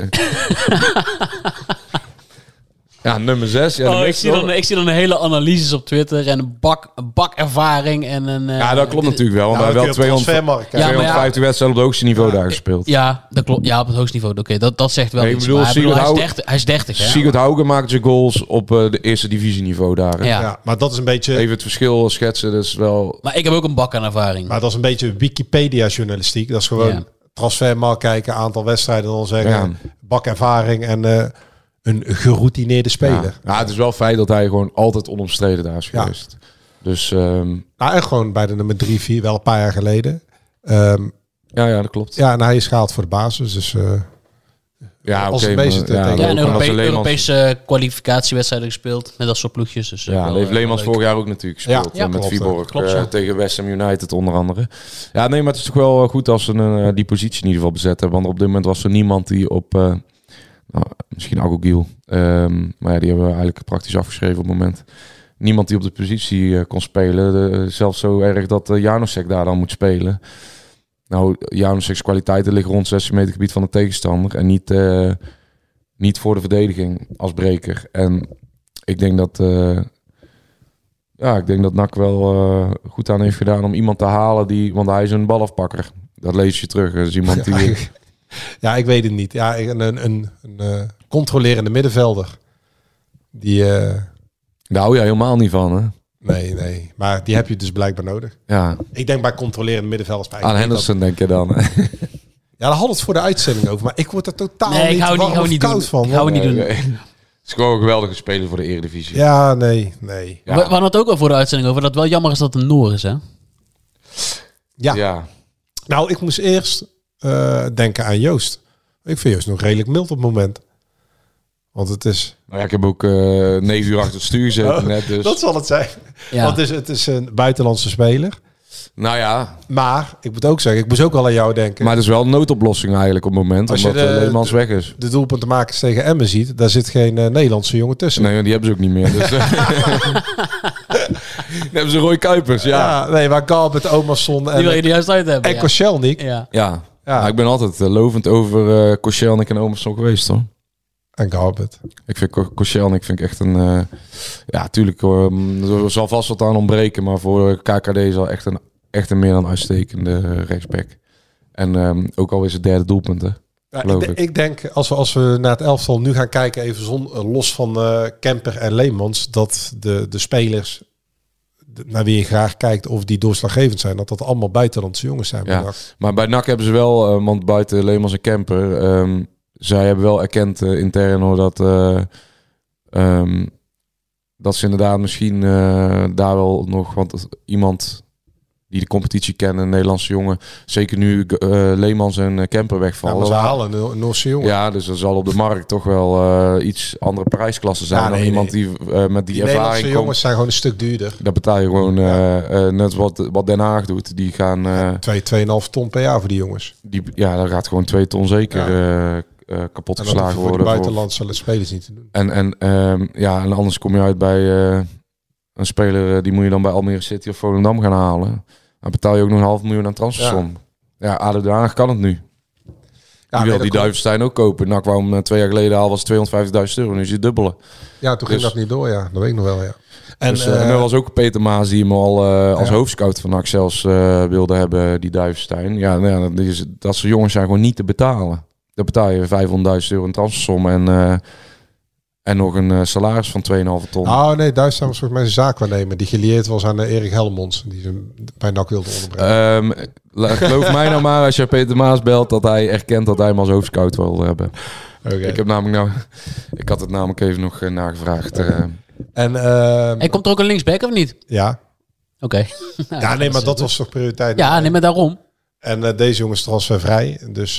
Ja, nummer 6. Ja, Ik zie dan een hele analyses op Twitter en een bak ervaring en een... ja, dat klopt natuurlijk wel. Want hij heeft wel 250 wedstrijden op het hoogste niveau daar gespeeld. Ja, dat klopt. Ja, op het hoogste niveau. Oké, dat zegt wel Nee, ik iets. bedoel, Maar hij is 30, hè? Sigurd Hauge maakt zijn goals op de eerste divisieniveau daar. Hè. Ja. Ja, maar dat is een beetje... Even het verschil schetsen, dat is wel... Maar ik heb ook een bak aan ervaring. Maar dat is een beetje Wikipedia-journalistiek. Dat is gewoon Ja. transfermarkt kijken, aantal wedstrijden, dan zeggen Ja. bakervaring en een geroutineerde speler. Ja, het is wel feit dat hij gewoon altijd onomstreden daar is Ja. geweest. Dus Nou, en gewoon bij de nummer 3, 4, wel een paar jaar geleden. ja, dat klopt. Ja, en hij is gehaald voor de basis. Dus Ja, als oké, een beetje te maar- tegen. Ja, en ook als een Leemans- Europese kwalificatiewedstrijden gespeeld met dat soort ploegjes. Dus Ja, wel, heeft Leemans leuk. vorig jaar ook natuurlijk gespeeld. Ja, met klopt, Viborg klopt, ja. tegen West Ham United onder andere. Ja, nee, maar het is toch wel goed als ze die positie in ieder geval bezet hebben. Want op dit moment was er niemand die op... misschien Agogiel. Maar ja, die hebben we eigenlijk praktisch afgeschreven op het moment. Niemand die op de positie kon spelen. Zelfs zo erg dat Janusek daar dan moet spelen. Nou, Janusek's kwaliteiten liggen rond 16 meter gebied van de tegenstander. En niet voor de verdediging als breker. En ik denk dat... ik denk dat NAC wel goed aan heeft gedaan om iemand te halen want hij is een balafpakker. Dat lees je terug. Dat is iemand die... Ja, ik weet het niet. Ja, een controlerende middenvelder. Die... Daar hou je helemaal niet van, hè? Nee. Maar die heb je dus blijkbaar nodig. Ja. Ik denk bij controlerende middenvelders... bij Aan Henderson denk je dan. Hè? Ja, daar hadden we het voor de uitzending over. Maar ik word er totaal Nee, ik niet hou warm of niet koud doen. van. Ik hou niet doen. Nee. Het is gewoon een geweldige speler voor de Eredivisie. Ja, nee. Ja. We hadden het ook al voor de uitzending over dat het wel jammer is dat het een Noor is, hè? Ja. Ja. Nou, ik moest eerst denken aan Joost. Ik vind Joost nog redelijk mild op het moment. Want het is... Nou ja, ik heb ook 9 uur achter het stuur gezeten net. Dus. Dat zal het zijn. Ja. Want het is een buitenlandse speler. Nou ja, Maar, ik moet ook zeggen, ik moest ook al aan jou denken. maar het is wel een noodoplossing eigenlijk op het moment. Als je Omdat de- Leemans weg is. De doelpuntenmakers tegen Emmen ziet, daar zit geen Nederlandse jongen tussen. Nee, die hebben ze ook niet meer. Dus, dan hebben ze Roy Kuipers, ja. Nee, waar Galbert, Omarsson Die wil je en, er juist uit hebben. en ja. Koscielnik. Ja. Ja. Ja. Maar ik ben altijd lovend over Koscielnik en Omerson geweest, hoor. En Galbert. Ik vind Koscielnik vind ik echt een... ja, tuurlijk, er zal vast wat aan ontbreken. Maar voor KKD zal echt een echt een meer dan uitstekende rechtsback. En ook al is het 3e doelpunt, hè. Ja, ik denk, als we naar het elftal nu gaan kijken, even los van Kemper en Leemans, dat de spelers naar wie je graag kijkt of die doorslaggevend zijn, dat allemaal buitenlandse jongens zijn. Ja, maar bij NAC hebben ze wel, want buiten Leemans en Kemper, zij hebben wel erkend intern hoor, dat ze inderdaad misschien daar wel nog, want iemand die de competitie kennen, een Nederlandse jongen, zeker nu Leemans en Kemper wegvallen. Ja, maar ze halen een Noorse jongen. Ja, dus er zal op de markt toch wel iets andere prijsklasse zijn dan iemand die met die ervaring Nederlandse komt. jongens zijn gewoon een stuk duurder. Dat betaal je gewoon net wat Den Haag doet. Die gaan 2,5 ton per jaar voor die jongens. Daar gaat gewoon 2 ton zeker kapot geslagen worden. Voor de buitenlandse spelers niet te doen. En anders kom je uit bij een speler die moet je dan bij Almere City of Volendam gaan halen. Dan betaal je ook nog 500.000 aan transfersom. Ja, ADO Den Haag kan het nu. Die wil die Duivenstein ook kopen. NAC wou hem 2 jaar geleden halen, was €250.000. Nu is hij dubbele. Ja, toen ging dat niet door, ja. Dat weet ik nog wel, ja. En er was ook Peter Maas die hem al als hoofdscout van NAC zelfs wilde hebben, die Duivenstein. Dat soort jongens zijn gewoon niet te betalen. Dan betaal je €500.000 een transfersom en nog een salaris van 2,5 ton. Oh nee, Duitsland was volgens mij zijn zaakwaarnemer. Die gelieerd was aan Erik Helmonds. Die ze bij NAC wilde onderbrengen. Geloof mij nou maar als je Peter Maas belt dat hij erkent dat hij hem als hoofdscout wil hebben. Okay. Ik had het namelijk even nog nagevraagd. En komt er ook een linksback of niet? Ja. Oké. Ja, nee, maar dat was toch prioriteit? Ja, nee, maar daarom. En deze jongens transfervrij. Dus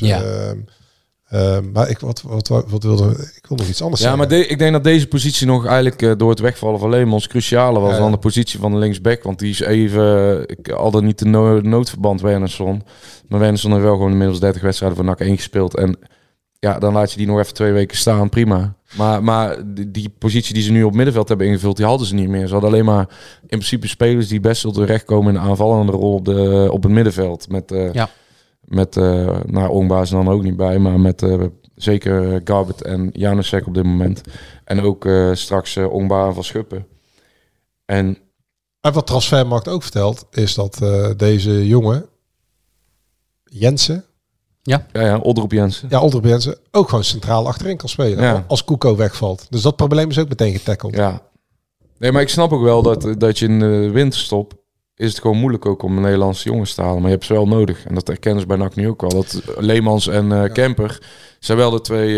maar wat wilde ik? Wil nog iets anders zeggen. Maar ik denk dat deze positie nog eigenlijk door het wegvallen van Leemans crucialer was dan de positie van de linksback. Want die is even, ik had er niet de noodverband Wernersson. Maar Wernersson heeft wel gewoon inmiddels 30 wedstrijden voor NAC 1 gespeeld. En ja, dan laat je die nog even 2 weken staan, prima. Maar die positie die ze nu op middenveld hebben ingevuld, die hadden ze niet meer. Ze hadden alleen maar in principe spelers die best wel terechtkomen in de aanvallende rol op het middenveld. Met Ongba is er dan ook niet bij, maar met zeker Garbert en Janusek op dit moment. En ook straks Ongba en Van Schuppen. En wat Transfermarkt ook vertelt, is dat deze jongen, Jensen... Ja, Oldroep Jensen. Ja, Oldroep Jensen ook gewoon centraal achterin kan spelen. Als Koeko wegvalt. Dus dat probleem is ook meteen getackled. Ja. Nee, maar ik snap ook wel dat je in de winterstop is het gewoon moeilijk ook om een Nederlandse jongens te halen. Maar je hebt ze wel nodig. En dat herkennen ze bij NAC nu ook wel. Dat Leemans en Kemper zijn wel de twee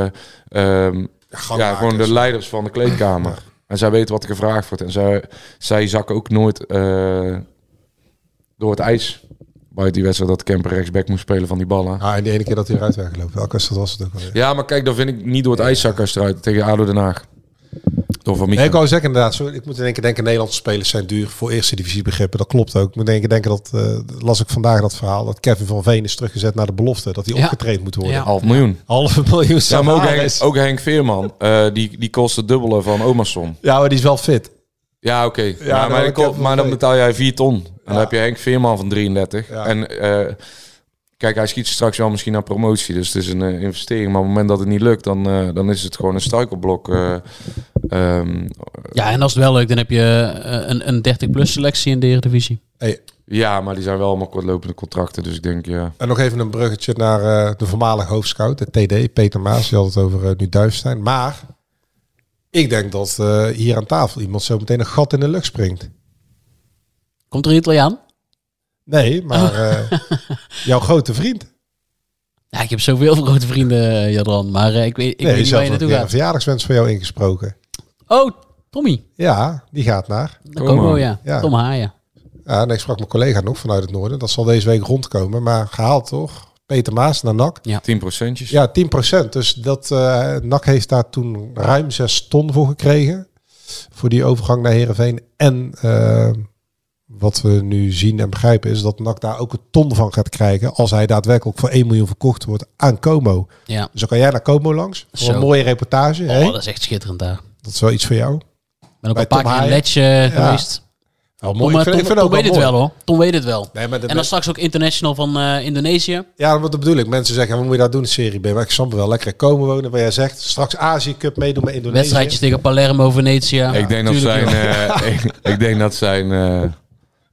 gewoon de leiders van de kleedkamer. En zij weten wat er gevraagd wordt. En zij zakken ook nooit door het ijs. Buiten die wedstrijd dat Kemper rechtsback moest spelen van die ballen. En die ene keer dat hij eruit weggelopen. Welke wedstrijd was het ook alweer? Ja, maar kijk, dan vind ik niet door het ijs zakken als eruit tegen ADO Den Haag. Ik wou zeggen inderdaad, ik moet in één keer denken, Nederlandse spelers zijn duur voor eerste divisie begrippen. Dat klopt ook. Ik moet in één keer denken dat, las ik vandaag dat verhaal, dat Kevin van Veen is teruggezet naar de belofte. Dat hij opgetraind moet worden. Ja. 500.000. 500.000. Ja, maar ook Henk Veerman, die kost het dubbele van Omerson. Ja, maar die is wel fit. Ja, oké. Maar dan betaal jij 4 ton. En dan heb je Henk Veerman van 33. Ja. En kijk, hij schiet straks wel misschien naar promotie. Dus het is een investering. Maar op het moment dat het niet lukt, dan is het gewoon een struikelblok. Ja, en als het wel lukt, dan heb je een 30-plus selectie in de Eredivisie. Hey. Ja, maar die zijn wel allemaal kortlopende contracten. Dus ik denk, ja. En nog even een bruggetje naar de voormalige hoofdscout, de TD, Peter Maas. Die had het over nu Duivenstein. Maar ik denk dat hier aan tafel iemand zo meteen een gat in de lucht springt. Komt er een Italiaan? Nee, maar jouw grote vriend. Ja, ik heb zoveel grote vrienden, Jadran. Maar ik weet niet waar je naartoe gaat. Een verjaardagswens voor jou ingesproken. Oh, Tommy. Ja, die gaat naar. Como, ja. Tom Haaien. Ja, en ik sprak mijn collega nog vanuit het noorden. Dat zal deze week rondkomen. Maar gehaald toch? Peter Maas naar NAC. Ja. 10%. Ja, 10%. Dus dat NAC heeft daar toen ruim 6 ton voor gekregen. Voor die overgang naar Heerenveen. En wat we nu zien en begrijpen is dat NAC daar ook een ton van gaat krijgen. Als hij daadwerkelijk voor 1 miljoen verkocht wordt aan Como. Ja. Dus dan kan jij naar Como langs. Voor een mooie reportage. Oh, dat is echt schitterend daar. Dat is wel iets voor jou. Ik ben ook een paar keer in Letje geweest. Oh, mooi. Tom weet het wel hoor. Tom weet het wel. Nee, maar en dan straks ook international van Indonesië. Ja, wat bedoel ik. Mensen zeggen, wat moet je daar doen, Serie B? Maar ik snap wel lekker komen wonen, waar jij zegt. Straks Azië Cup meedoen met Indonesië. Wedstrijdjes tegen Palermo, Venetië. Ik denk dat zijn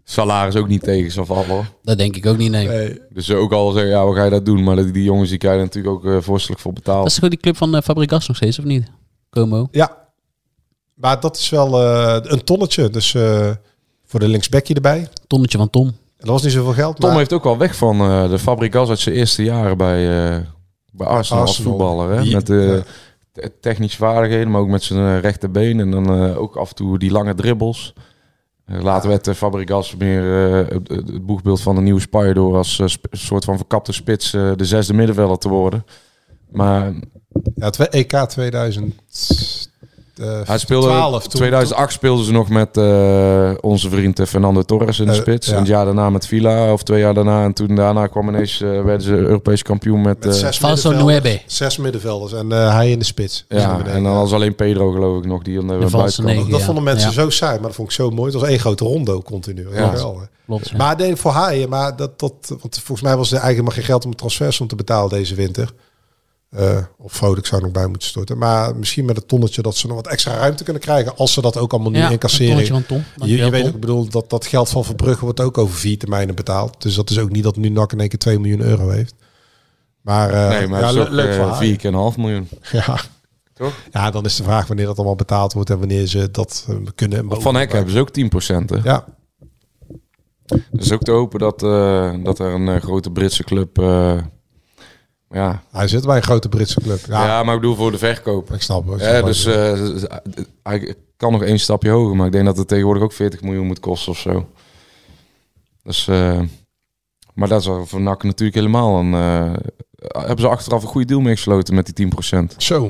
salaris ook niet tegen zal vallen. Hoor. Dat denk ik ook niet, nee. Dus ook al zeggen, ja, hoe ga je dat doen? Maar die jongens die krijgen natuurlijk ook vorstelijk voor betaald. Dat is gewoon die club van Fabregas nog steeds, of niet? Como. Ja. Maar dat is wel een tonnetje. Dus voor de linksbekje erbij. Tonnetje van Tom. Dat was niet zoveel geld. Tom maar heeft ook wel weg van de Fabregas uit zijn eerste jaren bij Arsenal als voetballer. Hè? Met technische vaardigheden, maar ook met zijn rechterbeen. En dan ook af en toe die lange dribbels. Later werd Fabregas meer het boegbeeld van de nieuwe Spire door als een soort van verkapte spits de 6e middenvelder te worden. Maar ja, het EK 2000. Hij speelde 2008 speelden ze nog met onze vriend Fernando Torres in de spits. Ja. En het jaar daarna met Villa, of 2 jaar daarna. En toen daarna kwam ineens, werden ze Europees kampioen met 6 middenvelders en hij in de spits. Ja, en dan was alleen Pedro geloof ik nog die aan de buitenkant. Dat vonden mensen zo saai, maar dat vond ik zo mooi. Het was één grote rondo continu. Ja. Klopt, ja. Maar voor Haaien, maar want volgens mij was er eigenlijk maar geen geld om een transfersom te betalen deze winter. Of Vrolijk zou nog bij moeten storten. Maar misschien met het tonnetje dat ze nog wat extra ruimte kunnen krijgen. Als ze dat ook allemaal nu incasseren. Van Tom. Je weet ook, ik bedoel, dat geld van Verbrugge wordt ook over 4 termijnen betaald. Dus dat is ook niet dat nu NAC in één keer 2 miljoen euro heeft. Maar, nee, maar ja, leuk voor 4,5 miljoen. Ja. Toch? Ja, dan is de vraag wanneer dat allemaal betaald wordt en wanneer ze dat kunnen. Van Hek hebben ze ook 10%. Hè? Ja. Dus ook te hopen dat er een grote Britse club... ja. Hij zit bij een grote Britse club. Ja, maar ik bedoel voor de verkoop. Ik snap het. Dus hij kan nog 1 stapje hoger, maar ik denk dat het tegenwoordig ook 40 miljoen moet kosten of zo. Dus, maar dat is voor NAC natuurlijk helemaal een... hebben ze achteraf een goede deal mee gesloten met die 10%. Zo.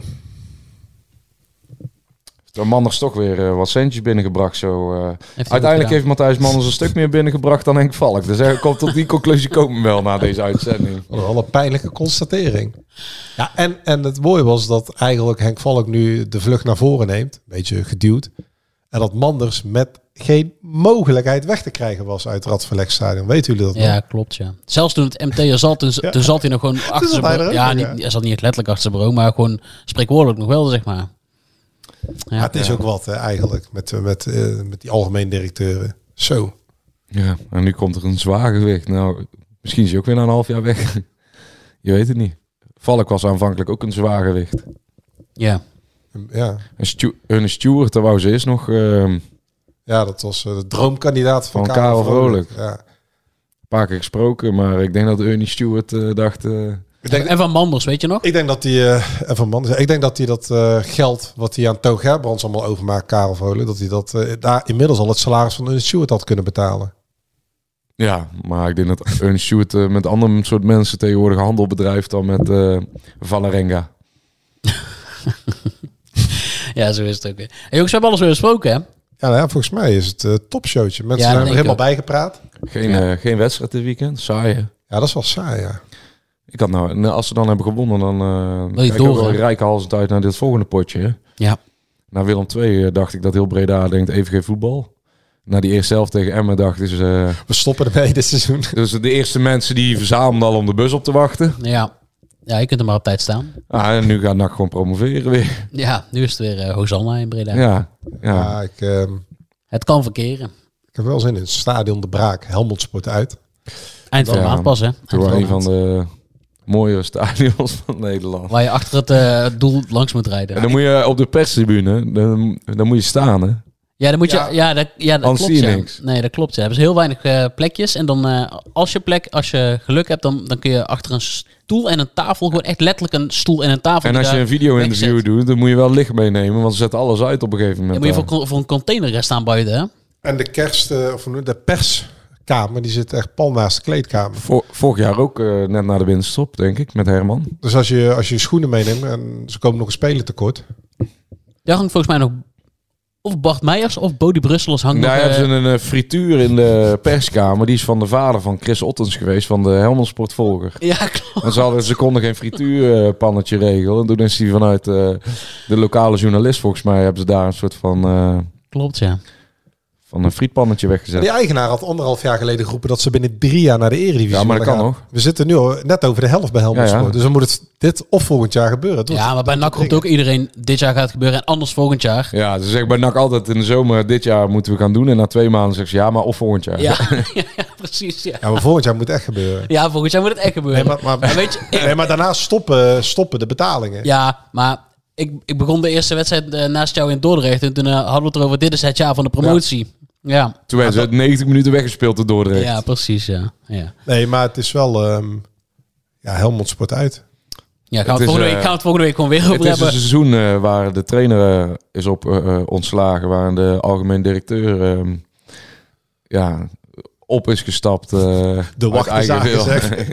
Manders toch weer wat centjes binnengebracht. Zo. Uiteindelijk heeft Matthijs Manders een stuk meer binnengebracht dan Henk Valk. Dus hij komt tot die conclusie komen wel na deze uitzending. Wel een pijnlijke constatering. Ja, en het mooie was dat eigenlijk Henk Valk nu de vlucht naar voren neemt. Een beetje geduwd. En dat Manders met geen mogelijkheid weg te krijgen was uit het Radverlegstadion. Weten jullie dat nog? Ja, klopt, ja. Zelfs toen het MT er zat, toen zat hij nog gewoon achter zijn bureau. Ja, hij zat niet echt letterlijk achter zijn bureau, maar gewoon spreekwoordelijk nog wel, zeg maar. Ja, het is ook wat hè, eigenlijk met die algemeen directeuren. Zo. Ja, en nu komt er een zwaargewicht. Nou, misschien is hij ook weer na een half jaar weg. Je weet het niet. Valk was aanvankelijk ook een zwaargewicht. Ja. Ja. En Stewart, daar wou ze eerst nog... ja, dat was de droomkandidaat van Karel Vrolijk. Ja. Een paar keer gesproken, maar ik denk dat Ernie Stewart dacht... en Van Manders, weet je nog? Ik denk dat hij dat geld wat hij aan Toon Gerbrands allemaal overmaakt, Karel Vrolijk, dat hij dat daar inmiddels al het salaris van Ernie Stewart had kunnen betalen. Ja, maar ik denk dat Ernie Stewart met andere soort mensen tegenwoordig handel bedrijft dan met Valarenga. Ja, zo is het ook. Hey, jongens, we hebben alles weer besproken, hè? Ja, nou ja, volgens mij is het topshowtje. Mensen zijn er helemaal bijgepraat. Geen wedstrijd dit weekend, saai hè? Ja, dat is wel saai, ja. Ik had als ze dan hebben gewonnen, dan wil je ik ook wel rijke halsend uit naar dit volgende potje. Hè? Ja. Na Willem II dacht ik dat heel Breda denkt even geen voetbal. Na die eerste helft tegen Emmen dachten ze... we stoppen ermee dit seizoen. Dus de eerste mensen die verzamelden al om de bus op te wachten. Ja. Ja, je kunt er maar op tijd staan. En nu gaat NAC gewoon promoveren weer. Ja, nu is het weer Hosanna in Breda. Ja. Het kan verkeren. Ik heb wel zin in het stadion De Braak. Helmond Sport uit. Eind van de maand pas, hè? Toen een van de mooie stadions van Nederland. Waar je achter het doel langs moet rijden. En dan moet je op de perstribune, dan moet je staan, hè? Ja, dan moet je. Dat klopt. Zie je niks. Nee, dat klopt. Ja. Hebben ze heel weinig plekjes. En dan als je geluk hebt, dan kun je achter een stoel en een tafel, gewoon echt letterlijk een stoel en een tafel. En als je een video-interview doet, dan moet je wel licht meenemen, want ze zetten alles uit op een gegeven moment. Dan moet je voor een container staan buiten, hè? En de perskamer, die zit echt pal naast de kleedkamer. Vorig jaar ook net na de winterstop, denk ik, met Herman. Dus als je schoenen meeneemt en ze komen nog een speler tekort. Daar hangt volgens mij nog of Bart Meijers of Bodie Brusselers hangt daar nog... hebben ze een frituur in de perskamer. Die is van de vader van Chris Ottens geweest, van de Helmond Sportvolger. Ja, klopt. En ze konden geen frituurpannetje regelen. En toen is hij vanuit de lokale journalist, volgens mij, hebben ze daar een soort van... klopt, ja. van een frietpannetje weggezet. Die eigenaar had 1,5 jaar geleden geroepen dat ze binnen 3 jaar naar de Eredivisie Ja, maar dat willen kan gaan. nog. We zitten nu al net over de helft bij Helmond Sport. Ja. Dus dan moet het dit of volgend jaar gebeuren. Het wordt- Ja, maar bij NAC roept ook iedereen, dit jaar gaat het gebeuren en anders volgend jaar. Ja, ze zeggen bij NAC altijd in de zomer, dit jaar moeten we gaan doen. En na 2 maanden zeggen ze, ja, maar of volgend jaar. Ja, ja, precies. Ja. Ja, maar volgend jaar moet het echt gebeuren. Ja, volgend jaar moet het echt gebeuren. Nee, maar En weet je, nee, maar daarna stoppen de betalingen. ja, maar ik begon de eerste wedstrijd naast jou in Dordrecht. En toen hadden we het erover, dit is het jaar van de promotie. Ja, Toen werden ze 90 minuten weggespeeld door Dordrecht. ja precies, ja. Ja, Nee, maar het is wel Helmond Sport uit. ja gaan, Het we is, volgende week, gaan we het volgende week gewoon weer over Het is een hebben. seizoen waar de trainer is op ontslagen, waar de algemeen directeur op is gestapt. De uit wachtzaak eigen wil. gezegd.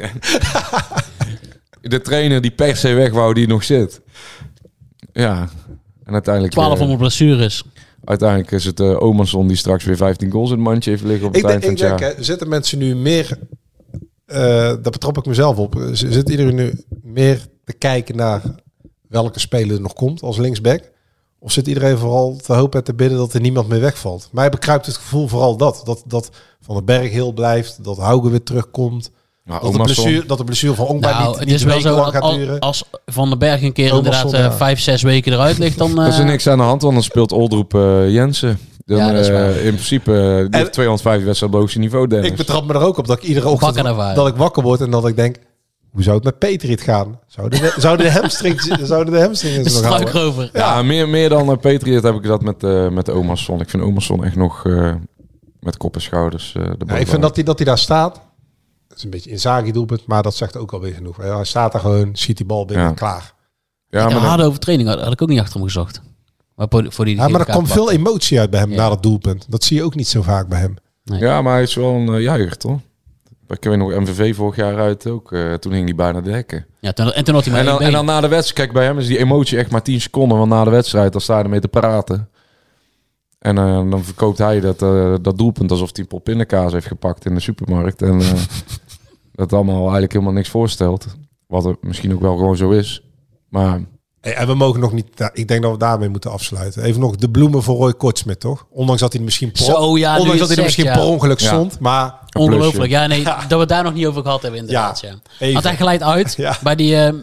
De trainer die per se weg wou, die nog zit. Ja, en uiteindelijk... 1200 blessures. Uiteindelijk is het Omerson die straks weer 15 goals in het mandje heeft liggen op het eind van Ik het denk, jaar. zitten mensen nu meer... daar betrap ik mezelf op. Zit iedereen nu meer te kijken naar welke speler er nog komt als linksback? Of zit iedereen vooral te hopen en te bidden dat er niemand meer wegvalt? Mij bekruipt het gevoel vooral dat Van den Berg heel blijft, dat Hauge weer terugkomt. Nou, Dat de blessure van Onkbaar Nou, niet het is wel weken zo lang dat gaat duren. als Van den Berg een keer Omerson, inderdaad 5-6 weken eruit ligt, dan... Er is er niks aan de hand, want dan speelt Oldroep Jensen. Dan, Ja, dat is waar. in principe, die heeft 250 wedstrijden op het hoogste niveau, Dennis. Ik betrap me er ook op dat ik iedere ochtend Bakkenervaring. dat ik wakker word en dat ik denk, hoe zou het met Petriet gaan? Zouden de hamstrings nog de houden? struikrover. Ja, meer dan Patriot heb ik dat met Omerson. Ik vind Omerson echt nog met kop en schouders. Ja, ik vind dat hij daar staat. Dat is een beetje Inzaghi doelpunt, maar dat zegt ook alweer genoeg. Hij staat daar gewoon, ziet die bal binnen, Ja. klaar. Ja, Een maar harde overtreding had ik ook niet achter hem gezocht. Maar voor die Ja, maar er kaart komt veel pakte. emotie uit bij hem Ja. na dat doelpunt. Dat zie je ook niet zo vaak bij hem. ja, maar hij is wel een juicher, toch? Ik weet nog MVV vorig jaar uit ook. Toen hing hij bijna de hekken. Ja, toen had hij maar één En been. dan na de wedstrijd, kijk, bij hem is die emotie echt maar 10 seconden. Want na de wedstrijd, dan sta je ermee te praten. En dan verkoopt hij dat doelpunt alsof hij een pot pindakaas heeft gepakt in de supermarkt. En dat allemaal eigenlijk helemaal niks voorstelt. Wat er misschien ook wel gewoon zo is. Maar Hey, en we mogen nog niet... Nou, ik denk dat we daarmee moeten afsluiten. Even nog de bloemen voor Roy Kortsmit, toch? Ondanks dat hij er misschien Zo, ja, nu ondanks je dat hij het er misschien zegt, per ja. ongeluk Ja. stond. Maar Ongelooflijk. Ja, nee, dat we het daar nog niet over gehad hebben inderdaad. Ja. even. Want hij glijdt uit Ja. bij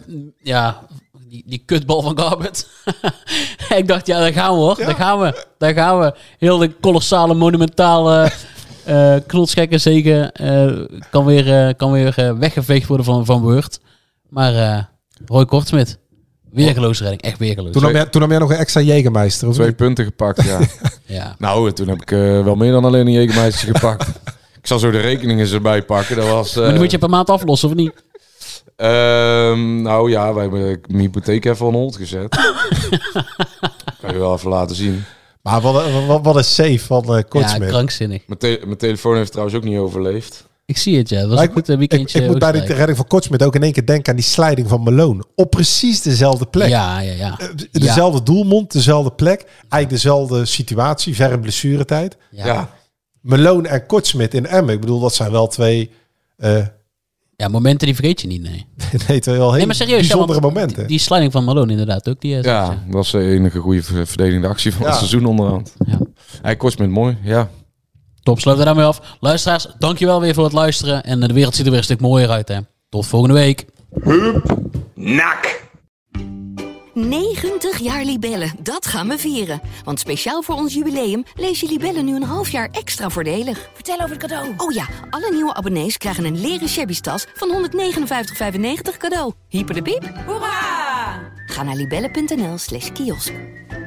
die kutbal van Garbert. Ik dacht, ja, daar gaan we hoor. Ja. Daar gaan we. Heel de kolossale, monumentale knotsgekke zegen kan weer weggeveegd worden van Word. Maar Roy Kortsmit, weergeloos redding. Echt weergeloos. Toen nam jij nog een extra Jägermeister. Of 2 niet? punten gepakt, ja. Ja. Nou, toen heb ik wel meer dan alleen een Jägermeister gepakt. Ik zal zo de rekeningen erbij pakken. Dat was... Maar die moet je per maand aflossen, of niet? Nou ja, wij hebben mijn hypotheek even on hold gezet. Kan je wel even laten zien. Maar wat een save van Ja, Kortsmit. krankzinnig. Mijn telefoon heeft trouwens ook niet overleefd. Ik zie het, ja. Dat was Maar een goed weekendje. ik moet bij de Oostenrijk. redding van Kortsmit ook in één keer denken aan die sliding van Malone. Op precies dezelfde plek. Ja. Dezelfde doelmond, dezelfde plek. Eigenlijk dezelfde situatie, verre blessuretijd. Ja. Malone en Kortsmit in Emmen. Ik bedoel, dat zijn wel twee... Ja, momenten die vergeet je niet, nee. twee wel hele Maar serieus, bijzondere want momenten. Die sliding van Malone inderdaad ook. Die, Ja, dat was de enige goede verdedigende actie van Ja. het seizoen onderhand. Ja. Hij kost met mooi, ja. Top, sluiten we daarmee af. Luisteraars, dankjewel weer voor het luisteren. En de wereld ziet er weer een stuk mooier uit, hè. Tot volgende week. NAC. 90 jaar Libellen, dat gaan we vieren. Want speciaal voor ons jubileum lees je Libellen nu een half jaar extra voordelig. Vertel over het cadeau. Oh ja, alle nieuwe abonnees krijgen een leren shabby tas van 159,95 cadeau. Hyper de piep. Hoera! Ga naar libellen.nl/kiosk.